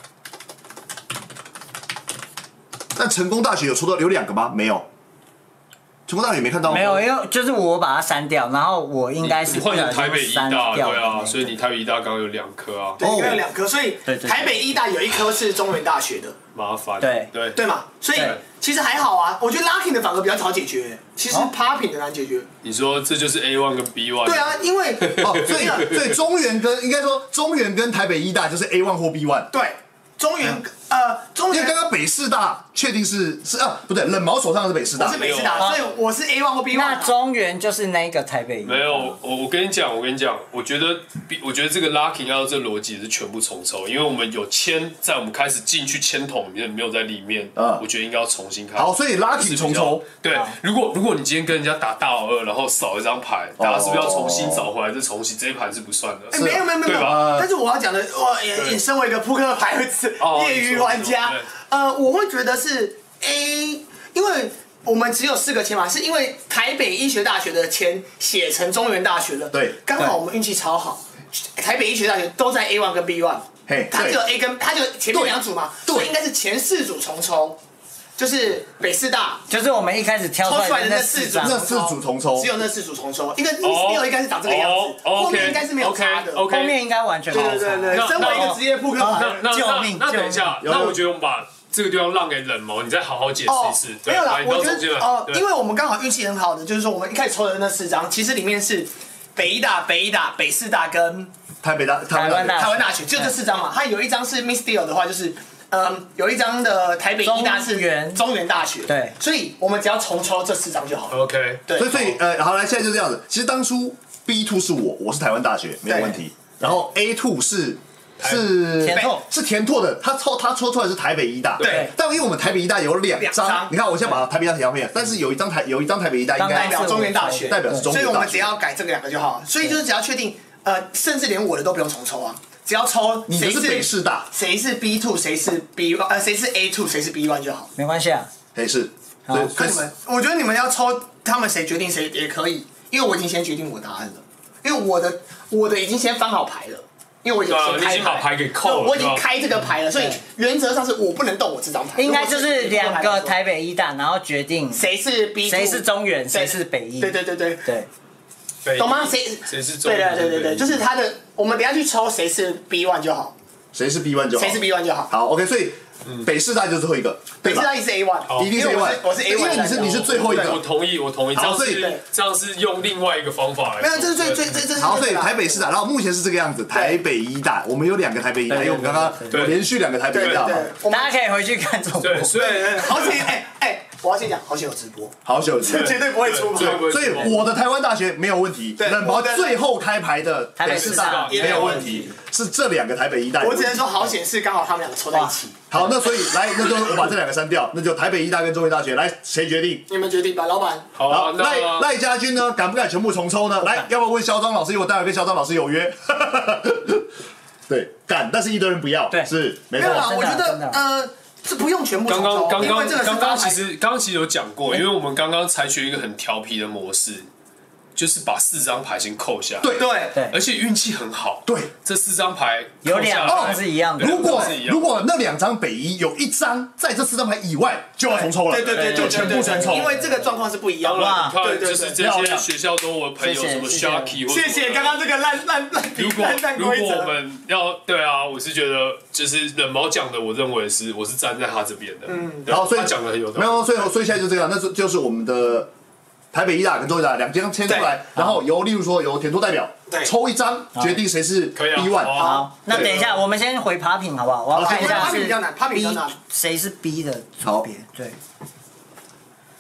但成功大学有抽到有2个吗？没有，成功大学没看到吗？ 没有，因为就是我把它删掉，然后我应该是换成台北医大，对啊，所以你你台北医大刚刚有2颗啊， 对，应该有2颗，所以台北医大有1颗是中原大学的， 麻烦， 对嘛，所以其实还好啊，我觉得 Lucky 的反而比较好解决，其实 Popping 的难解决。 你说这就是 A1 跟 B1， 对啊，因为所以中原跟应该说中原跟台北医大就是 A1 或 B1， 对，中原因为刚刚北师大确定是不对，冷毛手上的是北师大， 我是北师大，所以我是 A1 或 B1。 那中原就是那个台北。 没有，我跟你讲，我觉得这个 Lucky 要这逻辑是全部重抽，因为我们有签，在我们开始进去签筒里面没有在里面，我觉得应该要重新开始。 好，所以 Lucky 重抽。 对，如果你今天跟人家打大老二，然后少一张牌，大家是不是要重新找回来？这重新这一盘是不算的。 没有， 对吧？ 但是我要讲的，也身为一个扑克牌业余玩家，我会觉得是 A， 因为我们只有4个签嘛，是因为台北医学大学的签写成中原大学了， 对， 刚好我们运气超好，台北医学大学都在 A1 跟 B1，它只有 A 跟它就前面2组嘛，所以应该是前4组重抽。就是北师大， 就是我们一开始挑出来的那4 组重抽， 只有那4组重抽，应该应该是长这个样子，后面应该是没有差的， 后面应该完全没有差。 对，身为一个职业扑克牌， 救命！ 那等一下，那我觉得我们把这个地方让给冷毛，你再好好解释一次。 没有啦，我觉得因为我们刚好运气很好的，就是说我们一开始抽的那4张，其实里面是北医大、北师大跟台湾大学，就这4张嘛。它有一張是 Miss Deal 的话，就是有一张的台北医大是中原大学， 对， 所以我们只要重抽这4张就好了。 OK， 对， 所以好来，现在就这样子。其实当初 B2 是我是台湾大学没有问题，然后 A2 是田拓的，他抽出来是台北医大， 对， 但因为我们台北医大有2张，你看我现在把台北医大填上面，但是有一张台北医大应该代表中原大学， 代表是中原大学， 所以我们只要改这个2个就好了。所以就是只要确定，甚至连我的都不用重抽啊。只要抽谁是北师大， 谁是 B2， 谁是 B1，谁是 A2， 谁是 B1 就好。 没关系啊， 谁是？ 看你们，我觉得你们要抽他们谁决定谁也可以，因为我已经先决定我答案了，因为我的已经先翻好牌了，因为我已经先开把牌给扣了， 我已经开这个牌了，所以原则上是我不能动我这张牌。 应该就是2个台北医大，然后决定谁是 B， 谁是中原，谁是北医。 对，懂吗？ 谁是中原？ 对，就是他的，我们等下去抽谁是 B1 就好。 谁是 B1 就好， 谁是 B1 就好。 好 ，OK， 所以北师大就是最后一个， 北师大也是 A1， 一定是 A1， 我是 A1， 因为你是最后一个。 我同意，这样是用另外一个方法来。 没有，这是最好，所以台北师大，然后目前是这个样子，台北医大，我们有2个台北医大，因为我们刚刚连续2个台北医大嘛， 大家可以回去看重播。 对，所以好险，我要先讲，好险有直播， 好久绝对不会出牌。 所以我的台湾大学没有问题，冷毛最后开牌的北师大也没有问题，是这2个台北医大。 我只能说好险是刚好他们2个抽在一起。 好，那所以来，那就我把这2个删掉，那就台北医大跟中原大学，来谁决定？ 你们决定吧，老板。 好，赖家军呢，敢不敢全部重抽呢？来，要不要问肖张老师？因为我待会跟肖张老师有约。对，敢，但是一堆人不要。 对， 是没错。 我觉得是不用全部重抽， 刚刚其实有讲过，因为我们刚刚采取一个很调皮的模式，就是把4张牌先扣下。 对， 而且运气很好。 对， 这4张牌有2张是一样的。 如果那2张北一有1张在这4张牌以外，就要重抽了。 对， 就全部重抽。 因为这个状况是不一样的。 你看，就是这些学校都我朋友什么 Sharky， 谢谢刚刚这个烂如果我们要对啊，我是觉得就是冷毛讲的，我认为我是站在他这边的。然后他讲的很有道理。 没有，所以现在就这样，那就是我们的台北医大跟中医大2张签出来，然后例如说由田拓代表抽1张，决定谁是 B1。 好，那等一下我们先回爬品好不好？我要看一下是 B 谁是 B 的组别。对，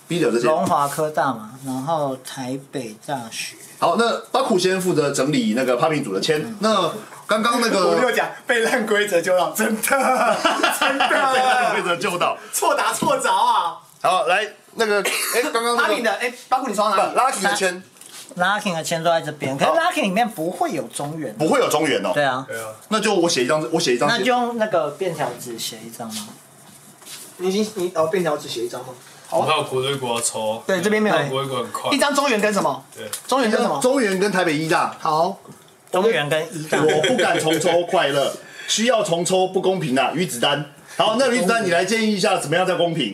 B 的这些。 龙华科大嘛，然后台北大学。 好，那巴库先负责整理那个 Popping 组的签。那刚刚那个我就讲被烂规则救到，真的真的规则救到。 错打错着啊！ 好，来那个刚刚那个阿平的巴库你刷哪里？ Lucky 的签 Lucky 的签都在这边，可是 Lucky 里面不会有中原。 不会有中原哦。 对啊， 对啊， 那就我写一张， 那就用那个便条纸写一张吗？ 你便条纸写一张吗？ 我还有国对国要抽， 对，这边没有国对国很快一。张中原跟什么？ 对， 中原跟什么？ 中原跟台北医大。 好， 中原跟一大。 我不敢重抽快乐，需要重抽不公平啊！鱼子丹。好，那鱼子丹你来建议一下，怎么样才公平？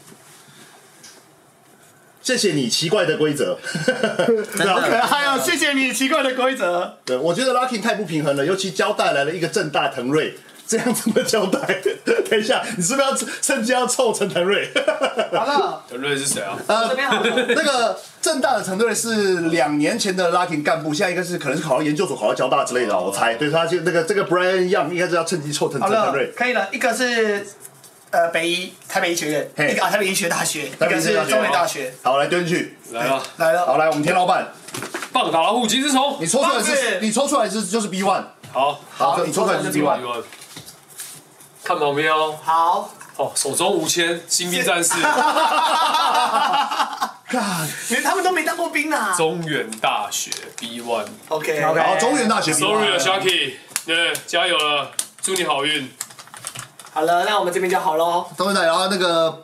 谢谢你奇怪的规则。对啊， 还有谢谢你奇怪的规则。 对，我觉得 Lucky 太不平衡了，尤其交带来了一个正大腾瑞这样子的交代。等一下，你是不是要趁机要凑陈腾瑞？ 好了， 陈瑞是谁啊？ 这边好了。 那个正大的陈队是2年前的 Lucky 干部，现在应该是可能是考到研究所、考到交大之类的，我猜。对，他就这个 Brian Young 应该是要趁机凑陈好了腾瑞。， 可以了。一个是北医台北医学院， 嘿一个台北医学大学，一台北医学大学个是中原大学。 好，来丢进去。 来了， 来了， 好，来我们田老板， 棒打老虎金丝虫。 你抽出来棒子就是 B1。 好， 好，你抽出来是 B1。 看旁边哦。 好。 哦，手中无签，新兵战士， 他们都没当过兵啊。 中原大学 B1。 OK， 好，中原大学 Sorry 了 B1。 ，Sharky，对，加油了，祝你好运。 好了，那我们这边就好喽。 中原大学，然后那个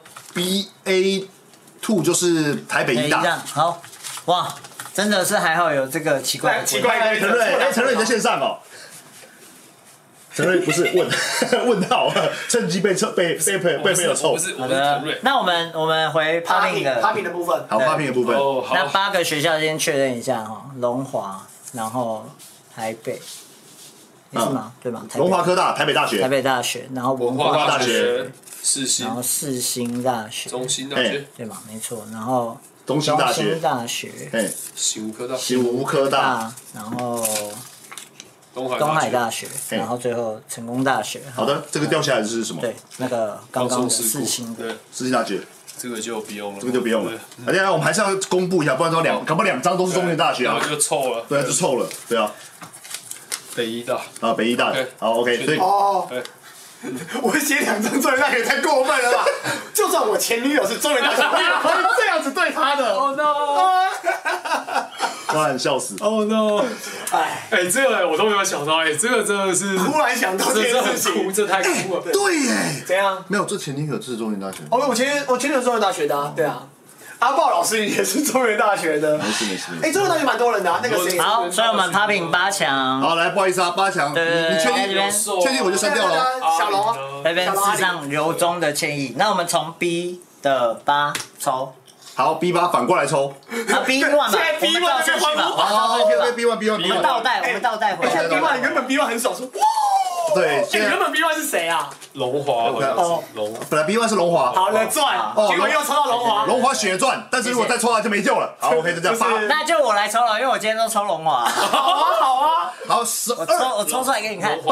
BA2 就是台北医大。 好，哇，真的是还好有这个奇怪的规则。 陈瑞，陈瑞你在线上哦。陈瑞不是问号，趁机被朋友凑。 我是好的陈瑞。， 那我们回 Popping 的 Popping 的部分。 好，Popping 的部分。 哦， 那好， 8个学校先确认一下哈，龙华，然后台北，是吗？对吧？ 龙华科大、台北大台学。 北大学，然后文文化大化大学， 学、世新然、后世新大学， 中兴大学、 对吧？没错，然后东兴大学。 大学， 哎， 醒吾科大、 醒吾科大。 然后东东海大学、 学，然后最后成功大学。 好的，这个掉下来的是什么？ 对，那个刚刚的世新的。 对， 世新大学， 这个就不用了， 这个就不用了。而且我们还是要公布一下，不然说搞不好2张都是中原大学啊然后。就臭了。 对啊，就臭了。对啊， 北医大， 啊，北医大。好，OK，所以哦对， 我写2张中原大学太过分了吧？就算我前女友是中原大学，我也可以这样子对她的。 Oh no！ 当然笑死。 Oh no！ 哎， 哎，这个我都没有想到，哎，这个真的是， 突然想到这件这很酷， 事情， 这太酷了。 对耶， 怎样？ 没有，这前女友是中原大学。 哦，我前女友是中原大学的啊，对啊。阿豹老师也是中原大学的。 没事没事。 哎，中原大学蛮多人的啊，那个谁？ 好，所以我们 Popping 8强， 好，来，不好意思啊，8强，你确定？ 对这边确定我就删掉了哦。 小龙啊。 这边致上由衷的歉意。那我们从 B 的8抽， 好，B8反过来抽。 啊 B1 吧， 现在 B1 我们照顺序吧， 好我们照顺序吧。 ，B1， 我们倒带，我们倒带回来。 而且 B1 原本 B1 很少说，哇， 对， 哎， 现在原本 B1 是谁啊？ 龙华好像哦是龙， 本来 B1 是龙华， 好了，钻，结果又抽到龙华。 龙华血钻，但是如果再抽到就没救了。好，OK，就这样就是 8。 那就我来抽了，因为我今天都抽龙华， 好啊，好啊， 好， 我抽出来给你看。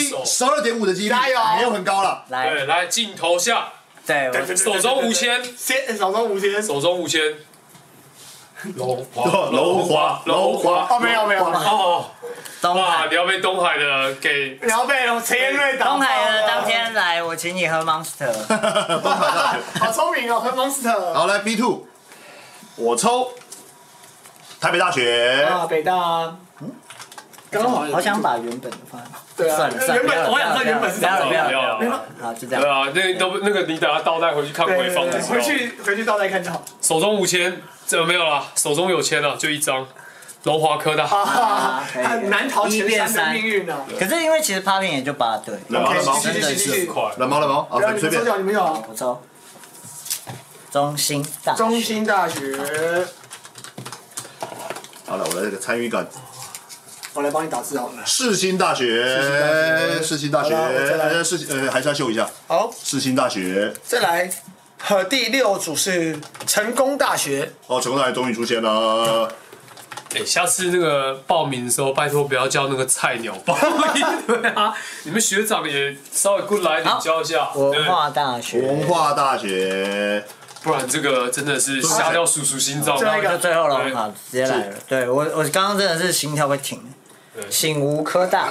12.5%的几率， 加油没有很高了。 来， 对，来镜头下， 对， 手中无签， 先手中无签。 手中无签，龙华， 龙华，龙华。 哦，没有没有， 哦，哇， 东海你要被东海的给你要被陈彦瑞打爆了。 东海的当天来，我请你喝 Monster。 东海大学。 好聪明哦，喝 Monster。 好，来 B2，我抽台北大学。 啊，北大。刚好好想把原本的放。 对啊算了，算了， 原本我想说原本是不要了，不要了， 不要了不要了。好，就这样。 对啊，那个你等下倒带回去看回放的时候， 回去倒带看就好。 手中无签，这没有了，手中有签了，就1张，龙华科大。 可以很难逃前3的命运呢。 可是因为其实 Popping 也就8对。 冷毛，冷毛， 继续继续继续。 快， 冷毛，冷毛。好， 不要你随便。 们抽奖，你们有啊。 我抽。中兴大。 中兴大学， 好了，我的这个参与感。 我来帮你打字好了。 世新大学，世新大学，还是要秀一下。 好， 世新大学。 再来，第6组是成功大学。 哦，成功大学终于出现了。 哎，下次那个报名的时候，拜托不要叫那个菜鸟报名，对啊，你们学长也稍微过来一点教一下。 文化大学。 文化大学。 不然这个真的是吓掉叔叔心脏。 那就最后了， 对好，直接来了。对我刚刚真的是心跳会停，醒无科大。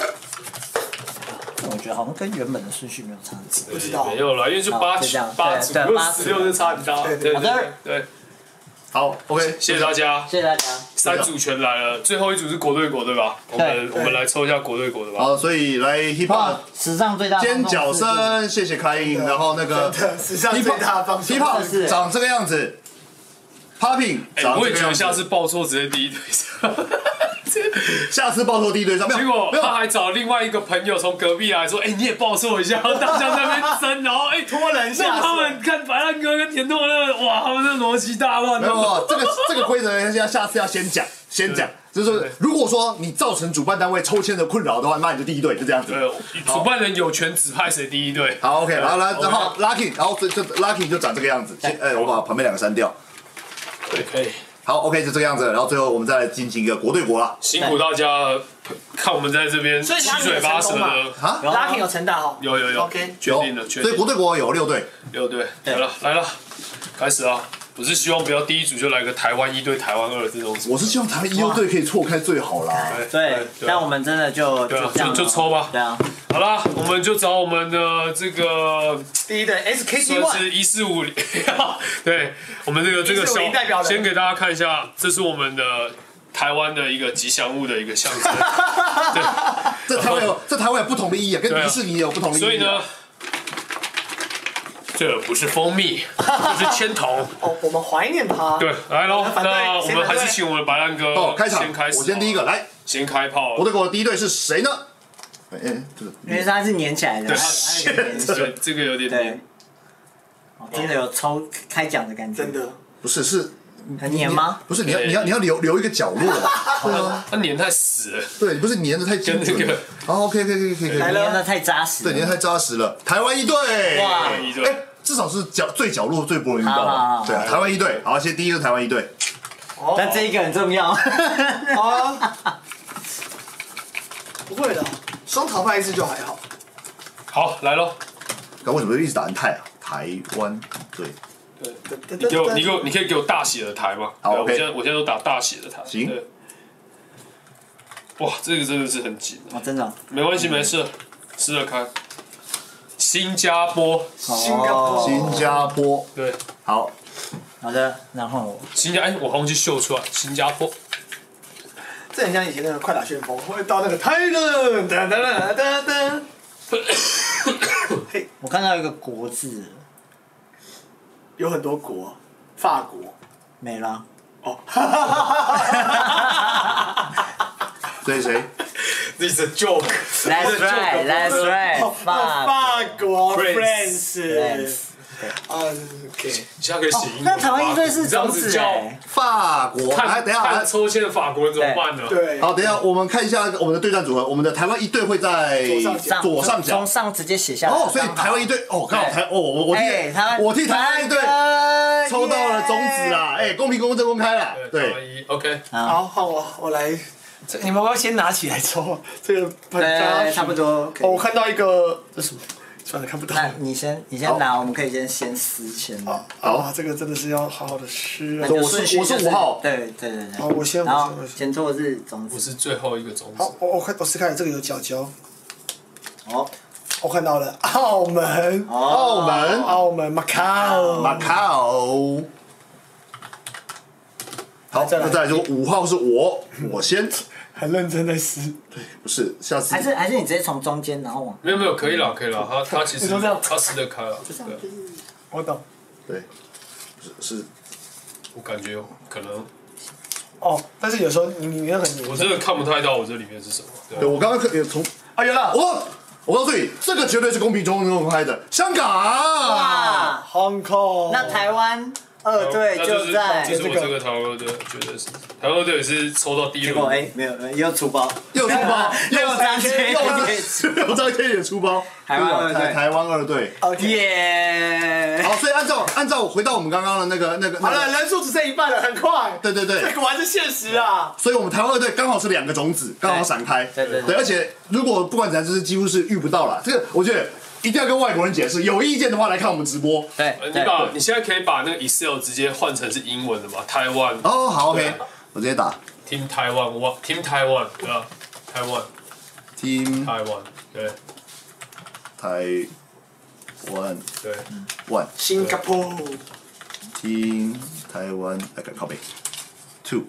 我觉得好像跟原本的顺序没有差很多。 不知道没有了，因为就8 就这样 8组， 对如果16就差很大。对好的对， 好，OK， 谢谢大家。 谢谢大家。 3组全来了，最后一组是国对国对吧？我们来抽一下国对国的吧。 好，所以来 hip 哇 hop， 史上最大尖角声，谢谢开音，然后那个真的史上最大的方式 hip hop 长这个样子，popping 长我也觉得这个样子， 下次报错直接第一队上。 下次报错第一队上，没有结果没有他还找另外一个朋友从隔壁来说：“你也报错一下。”大家在那边争，然后拖人下水让他们看白烂哥跟甜豆那个，哇，他们这逻辑大乱。 没有这个规则，下次要先讲，就是说，如果说你造成主办单位抽签的困扰的话，那你就第一队，就这样子。 对，主办人有权指派谁第一队。 好 ，OK，然后 Lucky， 然后就 Lucky 就长这个样子。我把旁边2个删掉。 对，可以。 好 ，OK，就这个样子。然后最后我们再来进行一个国对国了。 辛苦大家了，看我们在这边七嘴八舌的。 啊， Lucky 有陈大豪， 有 OK 决定了， 所以国对国有6队。 6队，来了，开始啊！我是希望不要第一组就来个台湾1对台湾2这种。 我是希望台湾1、2队可以错开最好啦。 对，但我们真的就对啊这样就抽吧。 对啊， 好啦，我们就找我们的这个第一队 SKT 算 One， 是1450，对我们这个 1450代表人先给大家看一下，这是我们的台湾的一个吉祥物的一个象征。对， 这台湾有不同的意义啊，跟迪士尼也有不同的意义。 所以呢，这不是蜂蜜，这是签筒。 哦，我们怀念他。 对，来喽， 反对那我们还是请我们的白烂哥开场先开始。 我先第一个来， 先开炮。 国对国的第一队是谁呢？这个因为它是粘起来的， 对它有点粘对，这个有点对，听着有抽开奖的感觉， 真的。 不是是很黏吗？ 不是你要留一个角落，对啊， 它粘太死了。 对，不是粘的太精准跟那个。 好 OK 可以， 粘的太扎实， 对，粘太扎实了。台湾1队， 哇至少是最角落最不容易遇到好， 对啊，台湾1队，好，先第一个台湾1队， 但这一个很重要。 啊，不会的，双淘汰1次就还好。 好，来喽。 刚为什么一直打成泰啊？台湾队， 你可以给我大写的台吗？ 好对 OK 我现在都打大写的台。 行对。哇，这个真的是很紧啊。 真的， 没关系，没事，试着看。新加坡， 新加坡， 对， 好， 好的，然后我忘记秀出来，新加坡。 这很像以前那个快打旋风，会到那个泰伦，噔噔噔噔噔。嘿， 我看到一个国字有很多国，法国。 没了， 哦， 所以谁？ This is a joke. That's right, that's right， 法国 France France。OK。 你现在可以写英文吗。 那台湾1队是这样种子子叫哎， 法国，来，等一下， 看抽签的法国人怎么办呢？ 对。 好，等一下，我们看一下我们的对战组合，我们的台湾1队会在左上角从。上直接写下来。 哦，所以台湾1队，哦，刚好我替台湾1队抽到了种子啦，公平公正公开啦，对， ，OK。 好，换我来。你们要不要先拿起来抽？这个对，差不多。 哦，我看到一个，这什么？算了，看不到。 那你先拿，我们可以先撕签的。 啊，这个真的是要好好的吃啊。 我是5号， 对。 好，我先。 然后先做的是种子。 我是最后一个种子。 好，我撕开了，这个有角角。 哦， 我看到了，澳门 Macau。好，那再来就5号是我先， 很认真的撕。 不是，下次还是你直接从中间然后往。 没有，可以了。他其实你说这样他撕得开了。对， 我懂。 对，是， 我感觉可能哦，但是有时候你那个我真的看不太到我这里面是什么。 对我刚刚也从啊，有了， 我告诉你，这个绝对是公平公开的，香港。 哇， Hong Kong。 那台湾2队就在就是我这个台湾2队，绝对是台湾2队也是抽到第结果 6。 没有，又出包， 又出包， 又张签， 又张天也出包， 台湾2队， 台湾2队。 耶！ 好，所以按照回到我们刚刚的那个， 好了，人数只剩一半了，很快。 对， 这果然是现实啊。 所以我们台湾2队刚好是2个种子，刚好闪开。 对， 而且如果不管怎样，就是几乎是遇不到了。这个我觉得一定要跟外国人解释，有意见的话来看我们直播。 对你现在可以把那个 Excel 直接换成是英文的嘛？台湾哦，好 ，OK， 我直接打 Team Taiwan，Team Taiwan， 对吧？台湾 Team 台湾，对台湾对， one 新加坡 Team 台湾来看靠背 two。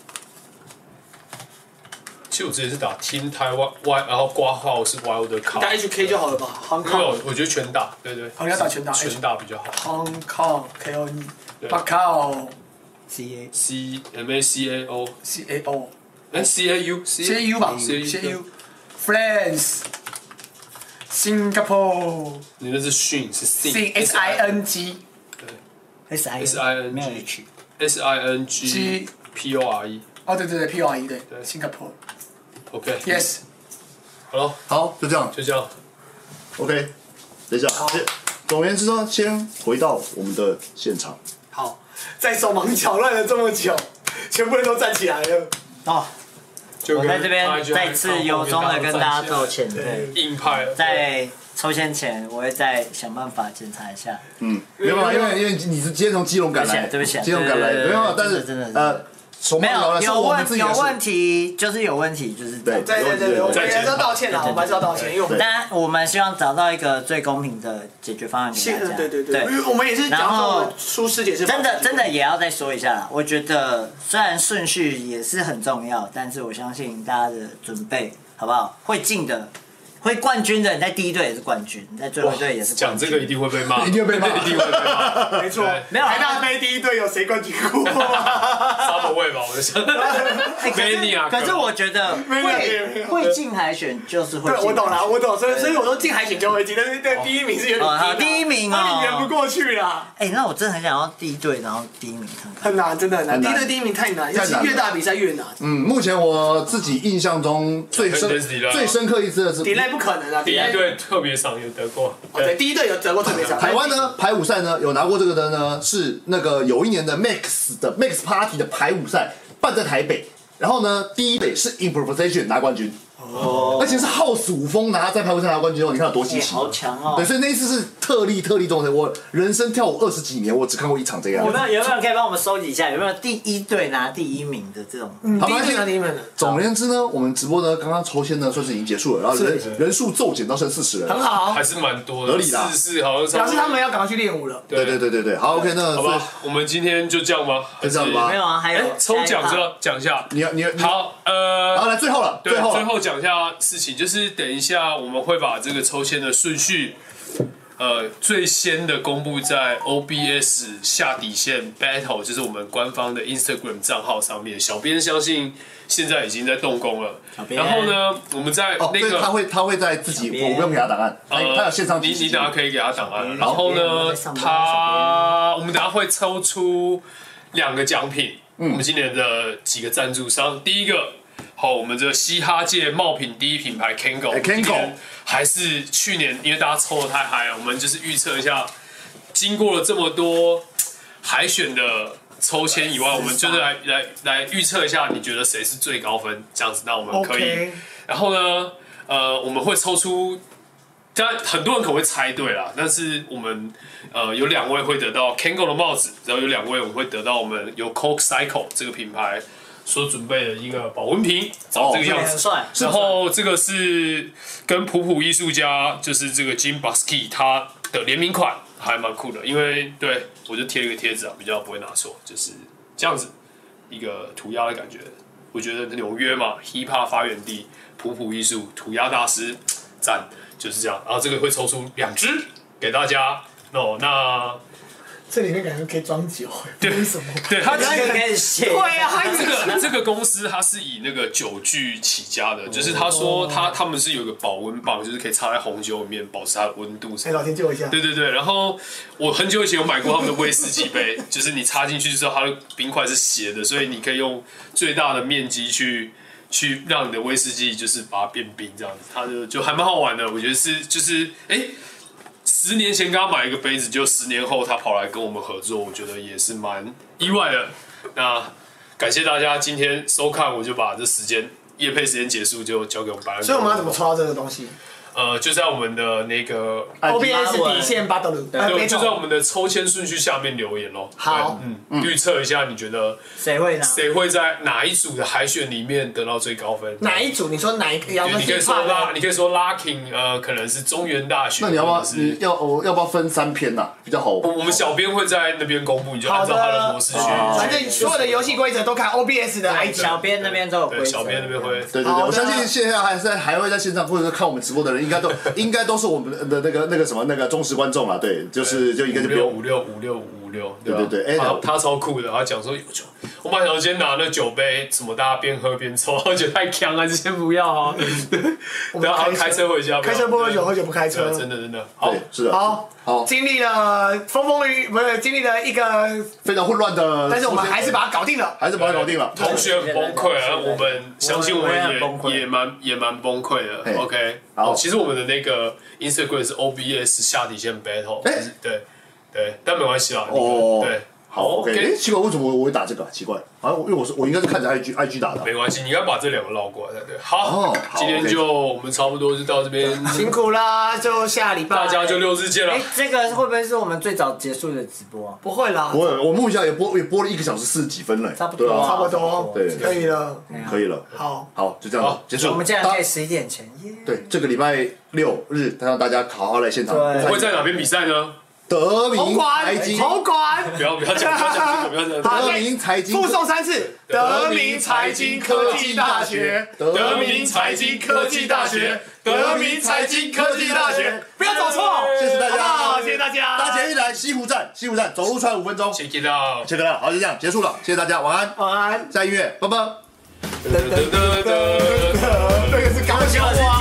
其实我之前是打 Team Taiwan Y， 然后挂号是 Wild 卡， 打 HK 就好了吧？Hong 没有 Kong， 我觉得全打，对对， 好，你要打全打全打比较好。 Hong Kong KOE， 对 Macau CA CMACAO， CAO 哎 CAU CAU 吧 CAU France 新加坡你那是训是 SING SING SIN 没有 H。 SINGPORE。 哦对对对 PRE 对新加坡 OK， Yes 好了， 好，就这样就这样。 ，OK。等一下，总而言之呢，先回到我们的现场。 好，在手忙脚乱了这么久，全部人都站起来了。 哦，我在这边再次由衷的跟大家道歉。对， 硬派， 在抽签前我会再想办法检查一下。 没有办法，因为你是今天从基隆赶来， 对不起基隆赶来，没有办法，但是真的手没忙脚有乱是我们自己的事。 有问题就是有问题，就是对对，我们还是要道歉啦，我们还是要道歉，因为我们当然我们希望找到一个最公平的解决方案给大家。 对，因为我们也是讲说我们出师姐是真的也要再说一下啦。我觉得虽然顺序也是很重要，但是我相信大家的准备好不好？会进的。会冠军的，你在第一队也是冠军，你在最后一队也是冠军。 讲这个一定会被骂， 一定会被骂一定会被骂。 没错， 没有台大杯第一队有谁冠军过 Subway 吧，我就想。 可是我觉得会进海选就是会对， 进。 我懂了，我懂，所以我说进海选就会进，但是第一名是有点低， 第一名哦， 你圆不过去啦。 那我真的很想要第一队，然后第一名看看。 很难，真的很难。第一队第一名太难，尤其越大比赛越难。 目前我自己印象中最深刻一次的是迪赖不可能啊， 第一队特别赏有得过。 对，第一队有得过特别赏。 台湾呢排舞赛呢有拿过这个的呢，是那个有一年的 Max Party 的排舞赛办在台北，然后呢第一队是 Improvisation 拿冠军。而且是House舞风在排舞赛拿冠军哦，你看有多稀奇， 好强哦！ 对，所以那一次是特例中的。我人生跳舞20几年，我只看过一场这样。 有没有人可以帮我们收集一下？有没有第一队拿第一名的这种？ 好， 第一队拿第一名的。 总而言之呢，我们直播呢刚刚抽签呢算是已经结束了，然后人数骤减到剩40人， 很好， 还是蛮多的， 合理啦 44好像。 表示他们要赶快去练舞了。 对，好 OK， 那好吧，我们今天就这样吗？ 就这样吧。 没有啊，还有抽奖是要讲一下。 你好， 然后来最后了， 对，最后讲一下事情，就是等一下我们会把这个抽签的顺序，最先的公布在 OBS 下底线 Battle， 就是我们官方的 Instagram 账号上面。小编相信现在已经在动工了。然后呢，我们在那个他会在自己，我不用给他档案，他有线上你等下可以给他档案。然后呢，我们等下会抽出2个奖品。我们今年的几个赞助商，第一个。好，我们这嘻哈界冒品第一品牌 Kango， 还是去年因为大家抽的太嗨了，我们就是预测一下，经过了这么多海选的抽签以外，我们就是来预测一下，你觉得谁是最高分？这样子，那我们可以。然后呢，我们会抽出，当然很多人可能会猜对啦，但是我们有2位会得到 Kango 的帽子，然后有2位我们会得到我们有 Coke Cycle 这个品牌。所准备的一个保温瓶，长这个样子。然后这个是跟普普艺术家，就是这个 Jim Buskey 他的联名款，还蛮酷的。因为对我就贴了一个贴纸啊，比较不会拿错，就是这样子一个涂鸦的感觉。我觉得纽约嘛 ，Hip Hop 发源地，普普艺术涂鸦大师，赞，就是这样。然后这个会抽出2支给大家。那。 这里面感觉可以装酒， 对， 为什么？ 对，他可以开始写。 对啊， 这个公司它是以那个酒具起家的，就是他说他们是有一个保温棒，就是可以插在红酒里面保持它的温度。 老天救我一下。 对，然后我很久以前有买过他们的威士忌杯，就是你插进去之后，它的冰块是斜的，所以你可以用最大的面积去让你的威士忌就是把它变冰这样子，它就还蛮好玩的。我觉得就是10年前刚买一个杯子，就10年后他跑来跟我们合作，我觉得也是蛮意外的。那感谢大家今天收看，我就把这业配时间结束，就交给我们白人。 所以我们要怎么抽到这个东西？ 就在我们的那个 OBS 底线巴德鲁， 就在我们的抽签顺序下面留言咯。 好， 预测一下，你觉得谁会拿？ 谁会在哪一组的海选里面得到最高分？ 哪一组？你说哪一个？ 你可以说你可以说 Locking， 可能是中原大学。 那你要不要要不要分3篇呐？比较好。 我们小编会在那边公布，你就按照他的模式去。 反正所有的游戏规则都看 OBS 的 IG， 小编那边都有规则。 小编那边会。 对，我相信现在还会在线上或者是看我们直播的人，应该都是我们的那个什么那个忠实观众啊。对，就应该就不用 56， 对， 他超酷的，他讲说有酒，我本来想先拿那酒杯，什么大家边喝边抽，我觉得太强了，先不要啊。然后开车回家， 开车不喝酒，喝酒不开车， 真的好， 是的，好， 经历了风雨，不是经历了一个非常混乱的， 但是我们还是把它搞定了， 同学很崩溃啊，我们相信我们也蛮崩溃的。OK， 好，其实我们的那个 Instagram 是 OBS 下底线 battle，对，但没关系啦。对， 好 ，OK。奇怪，为什么我会打这个？奇怪，好像因为我应该是看着 IG 打的。 没关系，你应该把这2个绕过来才对。好，今天就我们差不多就到这边， 辛苦啦，就下礼拜大家就6日见了。 这个会不会是我们最早结束的直播？ 不会啦， 我目前也播了1个小时40几分了， 差不多， 对， 可以了， 好，就这样结束。 我们这样可以11点前。 对，这个礼拜6日，让大家好好来现场。 我会在哪边比赛呢？ 德明财经， 头管， 不要讲， 德明财经， 附送3次，德明财经科技大学， 德明财经科技大学，德明财经科技大学， 不要走错， 谢谢大家， 谢谢大家， 大捷运来西湖站，走路穿5分钟 ，check it out， 好，就这样结束了，谢谢大家，晚安， 晚安， 下音乐，拜拜。 那个是高雄话。